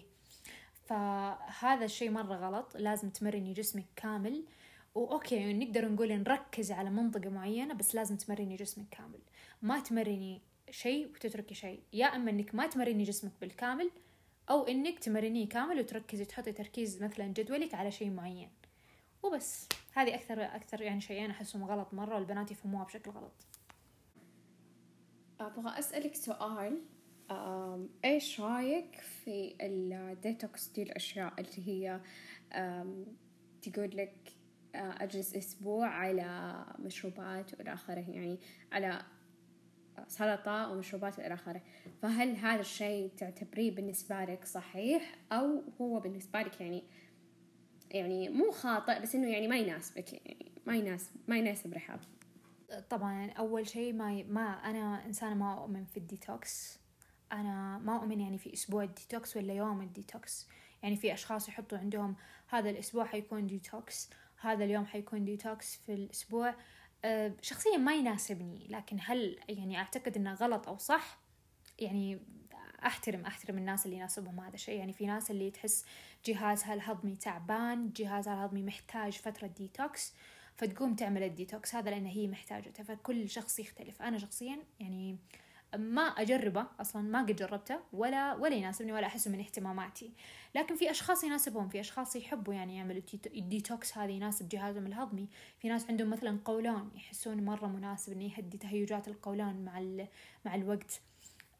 فهذا الشيء مرة غلط، لازم تمرني جسمك كامل. وأوكي نقدر نقول نركز على منطقة معينة، بس لازم تمرني جسمك كامل، ما تمرني شيء وتتركي شيء. يا أما إنك ما تمرني جسمك بالكامل، أو إنك تمرنيه كامل وتركزي تحطي تركيز مثلا جدولك على شيء معين وبس. هذه أكثر يعني شيئين أحسهم غلط مرة، والبنات يفهموها بشكل غلط. أبغى أسألك سؤال، إيش رأيك في الديتوكس دي الأشياء اللي هي تقول لك أجلس أسبوع على مشروبات وإلى آخره، يعني على سلطة ومشروبات إلى آخره، فهل هذا الشيء تعتبريه بالنسبة لك صحيح، أو هو بالنسبة لك يعني مو خاطئ بس إنه يعني ما يناسبك، يعني ما يناسب رحاب؟ طبعا أول شيء ما أنا إنسانة ما أؤمن في الديتوكس. أنا ما أؤمن يعني في أسبوع الديتوكس ولا يوم الديتوكس. يعني في أشخاص يحطوا عندهم هذا الأسبوع حيكون ديتوكس، هذا اليوم حيكون ديتوكس في الأسبوع. شخصيا ما يناسبني، لكن هل يعني أعتقد إنه غلط أو صح؟ يعني أحترم الناس اللي يناسبهم هذا الشيء. يعني في ناس اللي تحس جهازها الهضمي تعبان، جهازها الهضمي محتاج فترة ديتوكس، فتقوم تعمل الديتوكس هذا لأن هي محتاجته. فكل شخص يختلف. أنا شخصيا يعني ما أجربه أصلا، ما قد جربته ولا يناسبني ولا أحسه من اهتماماتي. لكن في أشخاص يناسبهم، في أشخاص يحبوا يعني يعملوا الديتوكس هذا يناسب جهازهم الهضمي. في ناس عندهم مثلا قولون يحسون مرة مناسب إنه يهدي تهيجات القولون مع الوقت.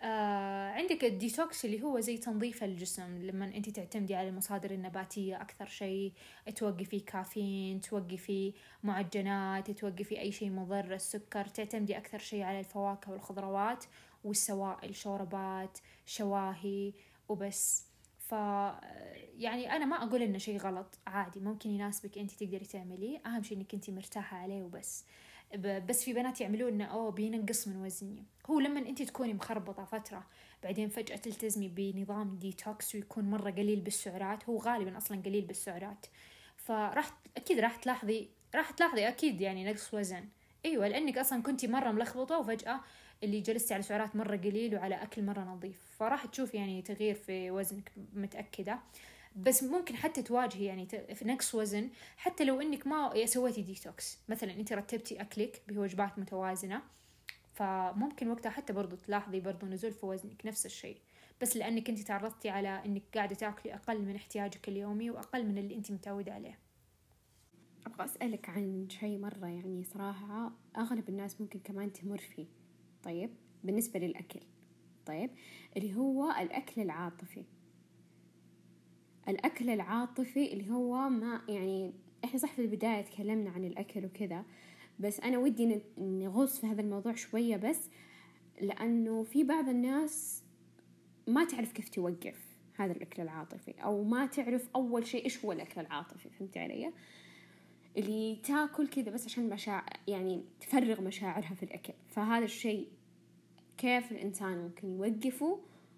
عندك الديتوكس اللي هو زي تنظيف الجسم، لما أنت تعتمدي على المصادر النباتية أكثر شيء، توقفي كافيين، توقفي معجنات، توقفي أي شيء مضر، السكر، تعتمدي أكثر شيء على الفواكه والخضروات والسوائل، شوربات، شواهي وبس. يعني أنا ما أقول إنه شيء غلط، عادي ممكن يناسبك، أنت تقدري تعمليه، أهم شيء إنك أنت مرتاحة عليه وبس. بس في بنات يعملون إنه بينقص من وزني. هو لما أنت تكوني مخربطة فترة بعدين فجأة تلتزمي بنظام ديتوكس ويكون مرة قليل بالسعرات، هو غالبا أصلا قليل بالسعرات، أكيد راح تلاحظي أكيد يعني نقص وزن. أيوة، لأنك أصلا كنتي مرة ملخبطة وفجأة اللي جلستي على سعرات مرة قليل وعلى أكل مرة نظيف، فراح تشوف يعني تغيير في وزنك متأكدة. بس ممكن حتى تواجهي يعني في نقص وزن حتى لو انك ما سويتي ديتوكس، مثلا انت رتبتي اكلك بوجبات متوازنة، فممكن وقتها حتى برضو تلاحظي برضو نزول في وزنك نفس الشيء، بس لانك انت تعرضتي على انك قاعدة تاكلي اقل من احتياجك اليومي واقل من اللي انت متعودة عليه. أبغى أسألك عن شيء مرة يعني صراحة أغلب الناس ممكن كمان تمر فيه. طيب بالنسبة للأكل، طيب اللي هو الأكل العاطفي. الأكل العاطفي اللي هو ما يعني إحنا صح في البداية تكلمنا عن الأكل وكذا، بس أنا ودي نغوص في هذا الموضوع شوية، بس لأنه في بعض الناس ما تعرف كيف توقف هذا الأكل العاطفي، أو ما تعرف أول شيء إيش هو الأكل العاطفي. فهمتي علي؟ اللي تاكل كذا بس عشان يعني تفرغ مشاعرها في الأكل. فهذا الشيء كيف الإنسان ممكن يوقفه؟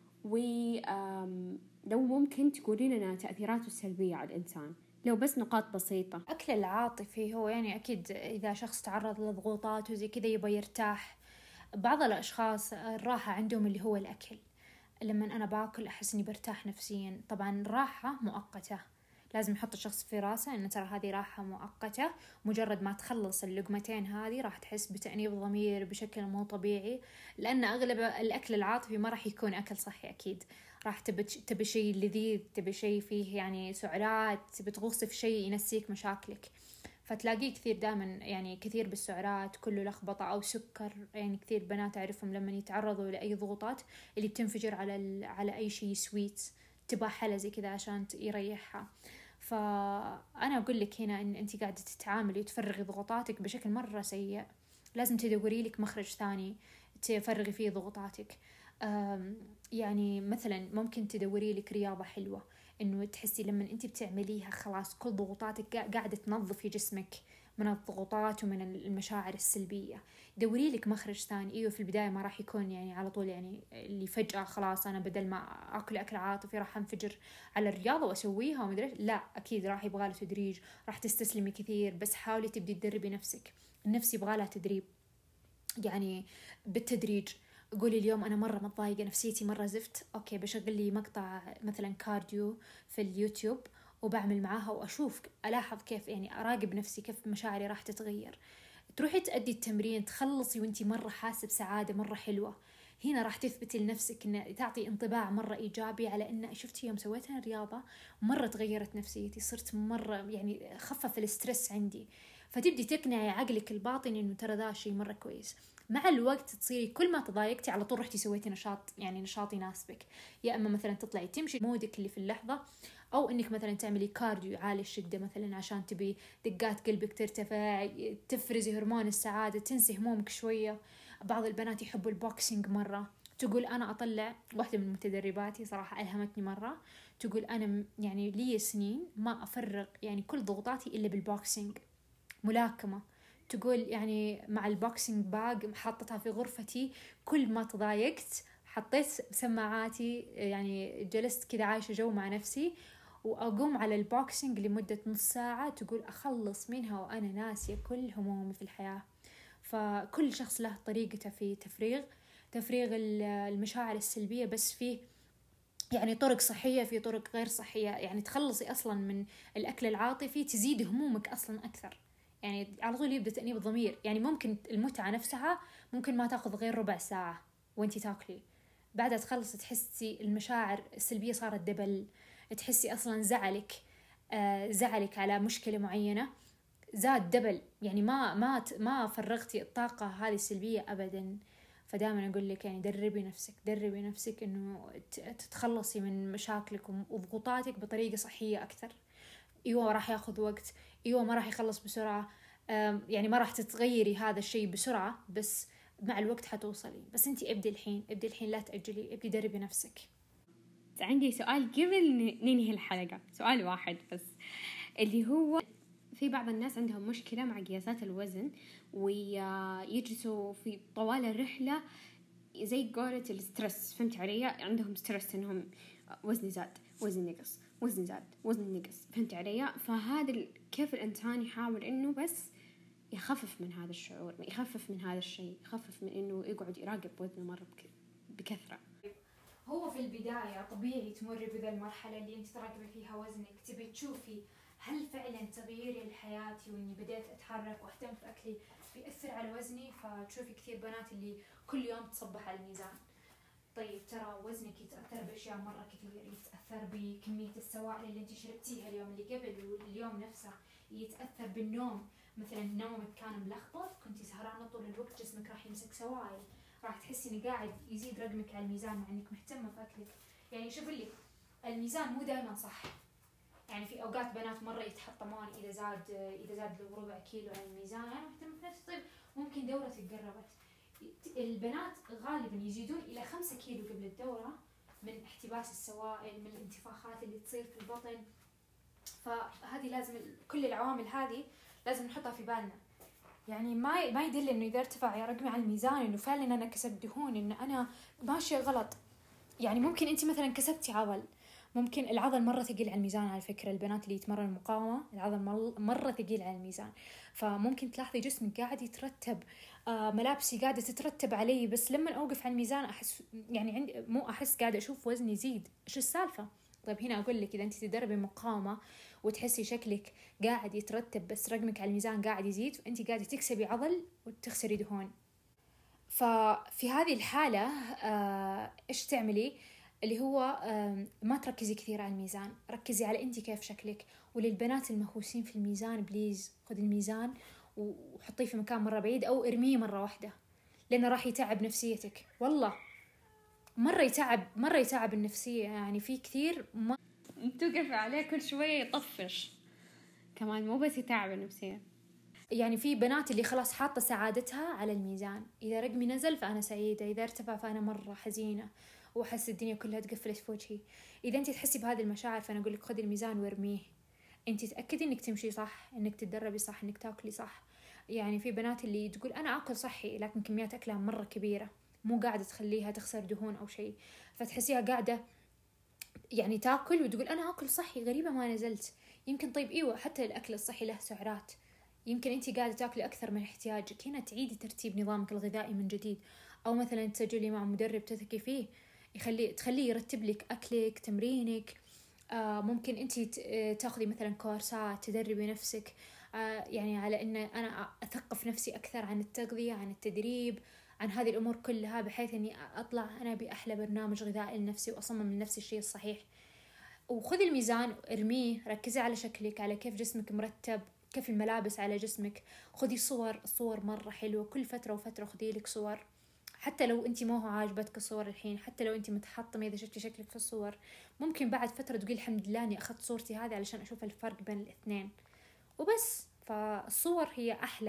لو ممكن تقولي لنا تأثيراته السلبية على الإنسان، لو بس نقاط بسيطة. أكل العاطفي هو يعني أكيد إذا شخص تعرض لضغوطات وزي كذا يبغى يرتاح. بعض الأشخاص الراحة عندهم اللي هو الأكل، لما أنا باكل أحس إني برتاح نفسيا. طبعا الراحة مؤقتة، لازم يحط الشخص في راسه إن ترى هذه راحة مؤقتة، مجرد ما تخلص اللقمتين هذه راح تحس بتأنيب ضمير بشكل مو طبيعي، لأن أغلب الأكل العاطفي ما راح يكون أكل صحي أكيد. راح تبي شيء لذيذ، تبي شيء فيه يعني سعرات، بتغوصي في شيء ينسيك مشاكلك، فتلاقيه كثير دائما يعني كثير بالسعرات، كله لخبطة أو سكر. يعني كثير بنات أعرفهم لما يتعرضوا لأي ضغوطات اللي بتنفجر على أي شيء سويت، تبغى حلا زي كذا عشان يريحها. فأنا أقول لك هنا إن أنت قاعدة تتعاملي وتفرغي ضغوطاتك بشكل مرة سيء، لازم تدوري لك مخرج ثاني تفرغي فيه ضغوطاتك. يعني مثلا ممكن تدوري لك رياضة حلوة، إنه تحسي لما أنت بتعمليها خلاص كل ضغوطاتك قاعدة تنظفي جسمك من الضغوطات ومن المشاعر السلبية. دوري لك مخرج ثاني. ايوه في البداية ما راح يكون يعني على طول، يعني اللي فجأة خلاص انا بدل ما اكل اكل عاطفي راح انفجر على الرياضة واسويها ومدري، لا اكيد راح يبغى له تدريج، راح تستسلمي كثير، بس حاولي تبدي تدربي نفسك. النفس يبغى لها تدريب، يعني بالتدريج. قولي اليوم أنا مرة متضايقة نفسيتي مرة زفت، أوكي بشغل لي مقطع مثلا كارديو في اليوتيوب وبعمل معاها وأشوف ألاحظ كيف يعني أراقب نفسي كيف مشاعري راح تتغير. تروحي تأدي التمرين تخلصي وانتي مرة حاسة بسعادة مرة حلوة، هنا راح تثبتي لنفسك إن تعطي انطباع مرة إيجابي على إن شفتي يوم سويت الرياضة مرة تغيرت نفسيتي، صرت مرة يعني خفف الستريس عندي. فتبدي تقنعي عقلك الباطن إنه ترى ذا شيء مرة كويس. مع الوقت تصيري كل ما تضايقتي على طول رحتي سويتي نشاط، يعني نشاط يناسبك، يا اما مثلا تطلعي تمشي مودك اللي في اللحظه، او انك مثلا تعملي كارديو عالي الشده مثلا عشان تبي دقات قلبك ترتفع، تفرزي هرمون السعاده، تنسي همومك شويه. بعض البنات يحبوا البوكسينج مره، تقول انا اطلع، واحده من متدرباتي صراحه الهمتني مره، تقول انا يعني لي سنين ما افرغ يعني كل ضغوطاتي الا بالبوكسينج، ملاكمه. تقول يعني مع البوكسينج باج حاطتها في غرفتي، كل ما تضايقت حطيت سماعاتي، يعني جلست كذا عايشة جو مع نفسي وأقوم على البوكسينج لمدة نص ساعة، تقول أخلص منها وأنا ناسية كل همومي في الحياة. فكل شخص له طريقته في تفريغ المشاعر السلبية، بس فيه يعني طرق صحية في طرق غير صحية. يعني تخلصي أصلا من الأكل العاطفي تزيد همومك أصلا أكثر، يعني على طول يبدأ تأنيب الضمير. يعني ممكن المتعة نفسها ممكن ما تأخذ غير ربع ساعة وانتي تاكلي، بعدها تخلصي تحسي المشاعر السلبية صارت دبل، تحسي أصلا زعلك على مشكلة معينة زاد دبل، يعني ما فرغتي الطاقة هذه السلبية أبدا. فدائما أقول لك يعني دربي نفسك إنه تتخلصي من مشاكلك وضغوطاتك بطريقة صحية أكثر. ايوه راح ياخذ وقت، ايوه ما راح يخلص بسرعة، يعني ما راح تتغيري هذا الشيء بسرعة، بس مع الوقت حتوصلي. بس انتي ابدي الحين لا تأجلي، ابدي دربي نفسك. عندي سؤال قبل ننهي الحلقة، سؤال واحد بس، اللي هو في بعض الناس عندهم مشكلة مع قياسات الوزن، ويجلسوا في طوال الرحلة زي قولة السترس، فهمت علي؟ عندهم سترس انهم وزني زاد، وزن نقص، وزن زاد، وزن نقص، فهمت علي؟ فهذا كيف الانسان يحاول انه بس يخفف من هذا الشعور، يخفف من هذا الشيء، يخفف من انه يقعد يراقب وزنه مرة بكثرة. هو في البداية طبيعي تمر بذا المرحلة اللي انت تراقبي فيها وزنك، تبي تشوفي هل فعلا تغييري لحياتي واني بديت اتحرك واهتم في اكلي بيأثر على وزني. فتشوفي كثير بنات اللي كل يوم تصبح على الميزان. طيب ترى وزنك يتأثر بأشياء مرة كثير، يتأثر بكمية السوائل اللي انت شربتيها اليوم اللي قبل واليوم نفسه، يتأثر بالنوم، مثلا نومك كان ملخبط، كنتي سهرانة طول الوقت، جسمك راح يمسك سوائل، راح تحسي انه قاعد يزيد رقمك على الميزان مع انك مهتمة في اكلك. يعني شوف لي الميزان مو دائما صح، يعني في اوقات بنات مرة يتحطمون اذا زاد له ربع كيلو على الميزان، انا مهتمة في نفسي. طيب ممكن دورتك قربت، البنات غالبا يزيدون الى 5 كيلو قبل الدورة من احتباس السوائل، من الانتفاخات اللي تصير في البطن. فهذه لازم كل العوامل هذه لازم نحطها في بالنا. يعني ما يدل انه اذا ارتفع رقمي على الميزان انه فعلا انا كسبت دهون، انه انا ماشيه غلط. يعني ممكن انت مثلا كسبتي عضل، ممكن العضل مره ثقيل على الميزان. على فكره البنات اللي يتمرن مقاومه العضل مره ثقيل على الميزان، فممكن تلاحظي جسمك قاعد يترتب، ملابسي قاعده تترتب علي، بس لما اوقف على الميزان احس يعني عندي مو احس قاعده اشوف وزني يزيد. ايش السالفه؟ طيب هنا اقول لك، اذا انت تدربي مقاومه وتحسي شكلك قاعد يترتب بس رقمك على الميزان قاعد يزيد، فانت قاعده تكسبي عضل وتخسري دهون. ففي هذه الحالة إيش تعملي؟ اللي هو ما تركزي كثير على الميزان، ركزي على أنت كيف شكلك. وللبنات المهووسين في الميزان، بليز خذي الميزان وحطيه في مكان مرة بعيد أو ارميه مرة واحدة، لأنه راح يتعب نفسيتك. والله مرة يتعب النفسية. يعني في كثير ما توقف عليه كل شوية يطفش كمان، مو بس يتعب النفسية. يعني في بنات اللي خلاص حاطة سعادتها على الميزان، إذا رقمي نزل فأنا سعيدة، إذا ارتفع فأنا مرة حزينة وأحس الدنيا كلها تقفلت في وجهي. إذا أنت تحسي بهذه المشاعر فأنا أقول لك خذي الميزان وارميه. أنت تأكدي إنك تمشي صح، إنك تتدربي صح، إنك تاكلي صح. يعني في بنات اللي تقول أنا أكل صحي لكن كميات أكلها مرة كبيرة، مو قاعدة تخليها تخسر دهون أو شيء، فتحسيها قاعدة يعني تاكل وتقول أنا أكل صحي، غريبة ما نزلت. يمكن طيب إيوه حتى الأكل الصحي له سعرات، يمكن أنت قاعدة تاكلي أكثر من احتياجك. هنا تعيدي ترتيب نظامك الغذائي من جديد، أو مثلا تسجلي مع مدرب تثقي فيه تخليه يرتب لك أكلك، تمرينك. ممكن أنت تاخذي مثلا كورسات تدربي نفسك، يعني على أن أنا أثقف نفسي أكثر عن التغذية، عن التدريب، عن هذه الأمور كلها، بحيث أني أطلع أنا بأحلى برنامج غذائي لنفسي وأصمم لنفسي الشيء الصحيح. وخذي الميزان ارميه، ركزي على شكلك، على كيف جسمك مرتب، كيف الملابس على جسمك. خذي الصور مرة حلوة، كل فترة وفترة خذي لك صور، حتى لو انت ما هو عاجبتك الصور الحين، حتى لو انت متحطمة اذا شفتي شكلك في الصور، ممكن بعد فترة تقولي الحمد لله اني اخذت صورتي هذه علشان اشوف الفرق بين الاثنين وبس. فالصور هي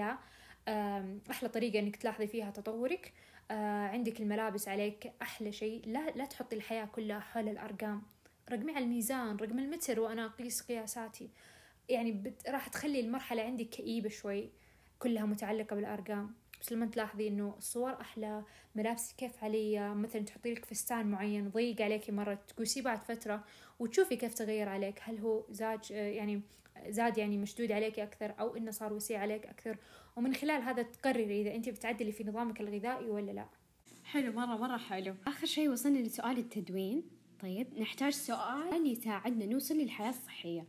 احلى طريقة انك تلاحظي فيها تطورك. عندك الملابس عليك احلى شيء، لا تحطي الحياة كلها حول الارقام. رقمي على الميزان، رقم المتر وانا اقيس قياساتي، يعني راح تخلي المرحلة عندك كئيبة شوي، كلها متعلقة بالأرقام. بس لما تلاحظي إنه الصور أحلى، ملابسك كيف عليا، مثلا تحطي لك فستان معين ضيق عليكي مرة، تقوسيه بعد فترة وتشوفي كيف تغير عليك، هل هو زاد يعني مشدود عليك أكثر، أو إنه صار وسيع عليك أكثر، ومن خلال هذا تقرري إذا أنت بتعدلي في نظامك الغذائي ولا لا. حلو، مرة حلو. آخر شيء وصلنا لسؤال التدوين. طيب نحتاج سؤال يساعدنا نوصل للحياة الصحية،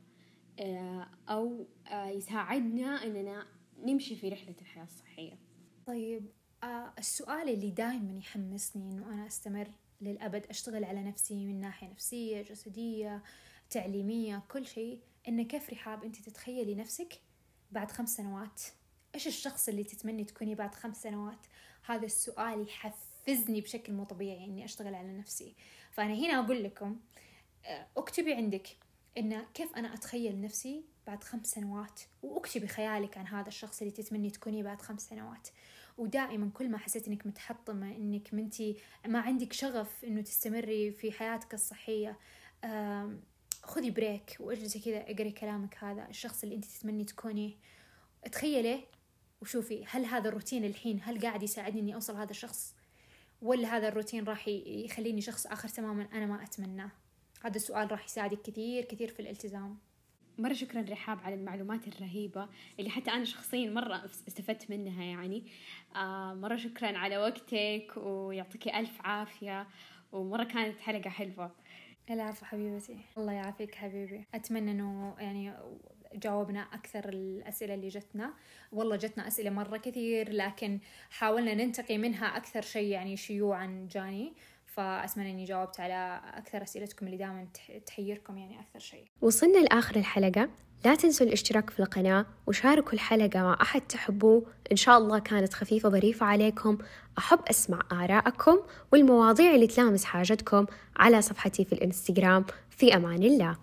أو يساعدنا أننا نمشي في رحلة الحياة الصحية. طيب السؤال اللي دائما يحمسني إنه أنا أستمر للأبد أشتغل على نفسي من ناحية نفسية، جسدية، تعليمية، كل شيء، إنه كيف رحاب أنت تتخيلي نفسك بعد 5 سنوات؟ إيش الشخص اللي تتمني تكوني بعد 5 سنوات؟ هذا السؤال يحفزني بشكل مو طبيعي إني أشتغل على نفسي. فأنا هنا أقول لكم اكتبي عندك إن كيف أنا أتخيل نفسي بعد 5 سنوات، واكتبي خيالك عن هذا الشخص اللي تتمني تكوني بعد 5 سنوات. ودائما كل ما حسيت إنك متحطمة، إنك ما عندك شغف إنه تستمري في حياتك الصحية، خذي بريك واجلسي كذا اقري كلامك هذا، الشخص اللي أنت تتمني تكونيه، تخيلي وشوفي هل هذا الروتين الحين هل قاعد يساعدني إني أوصل هذا الشخص، ولا هذا الروتين راح يخليني شخص آخر تماما أنا ما أتمناه. هذا السؤال راح يساعدك كثير كثير في الالتزام. مرة شكرا رحاب على المعلومات الرهيبة اللي حتى أنا شخصيا مرة استفدت منها يعني. مرة شكرا على وقتك ويعطيك ألف عافية، ومرة كانت حلقة حلوة. العفو حبيبتي، الله يعافيك حبيبي. أتمنى أنه يعني جاوبنا أكثر الأسئلة اللي جتنا. والله جتنا أسئلة مرة كثير، لكن حاولنا ننتقي منها أكثر شيء يعني شيوعا جاني، فأتمنى أني جاوبت على أكثر أسئلتكم اللي دائما تحيركم يعني أكثر شيء. وصلنا لآخر الحلقة، لا تنسوا الاشتراك في القناة وشاركوا الحلقة مع أحد تحبوه. إن شاء الله كانت خفيفة ظريفة عليكم. أحب أسمع آراءكم والمواضيع اللي تلامس حاجتكم على صفحتي في الإنستغرام. في أمان الله.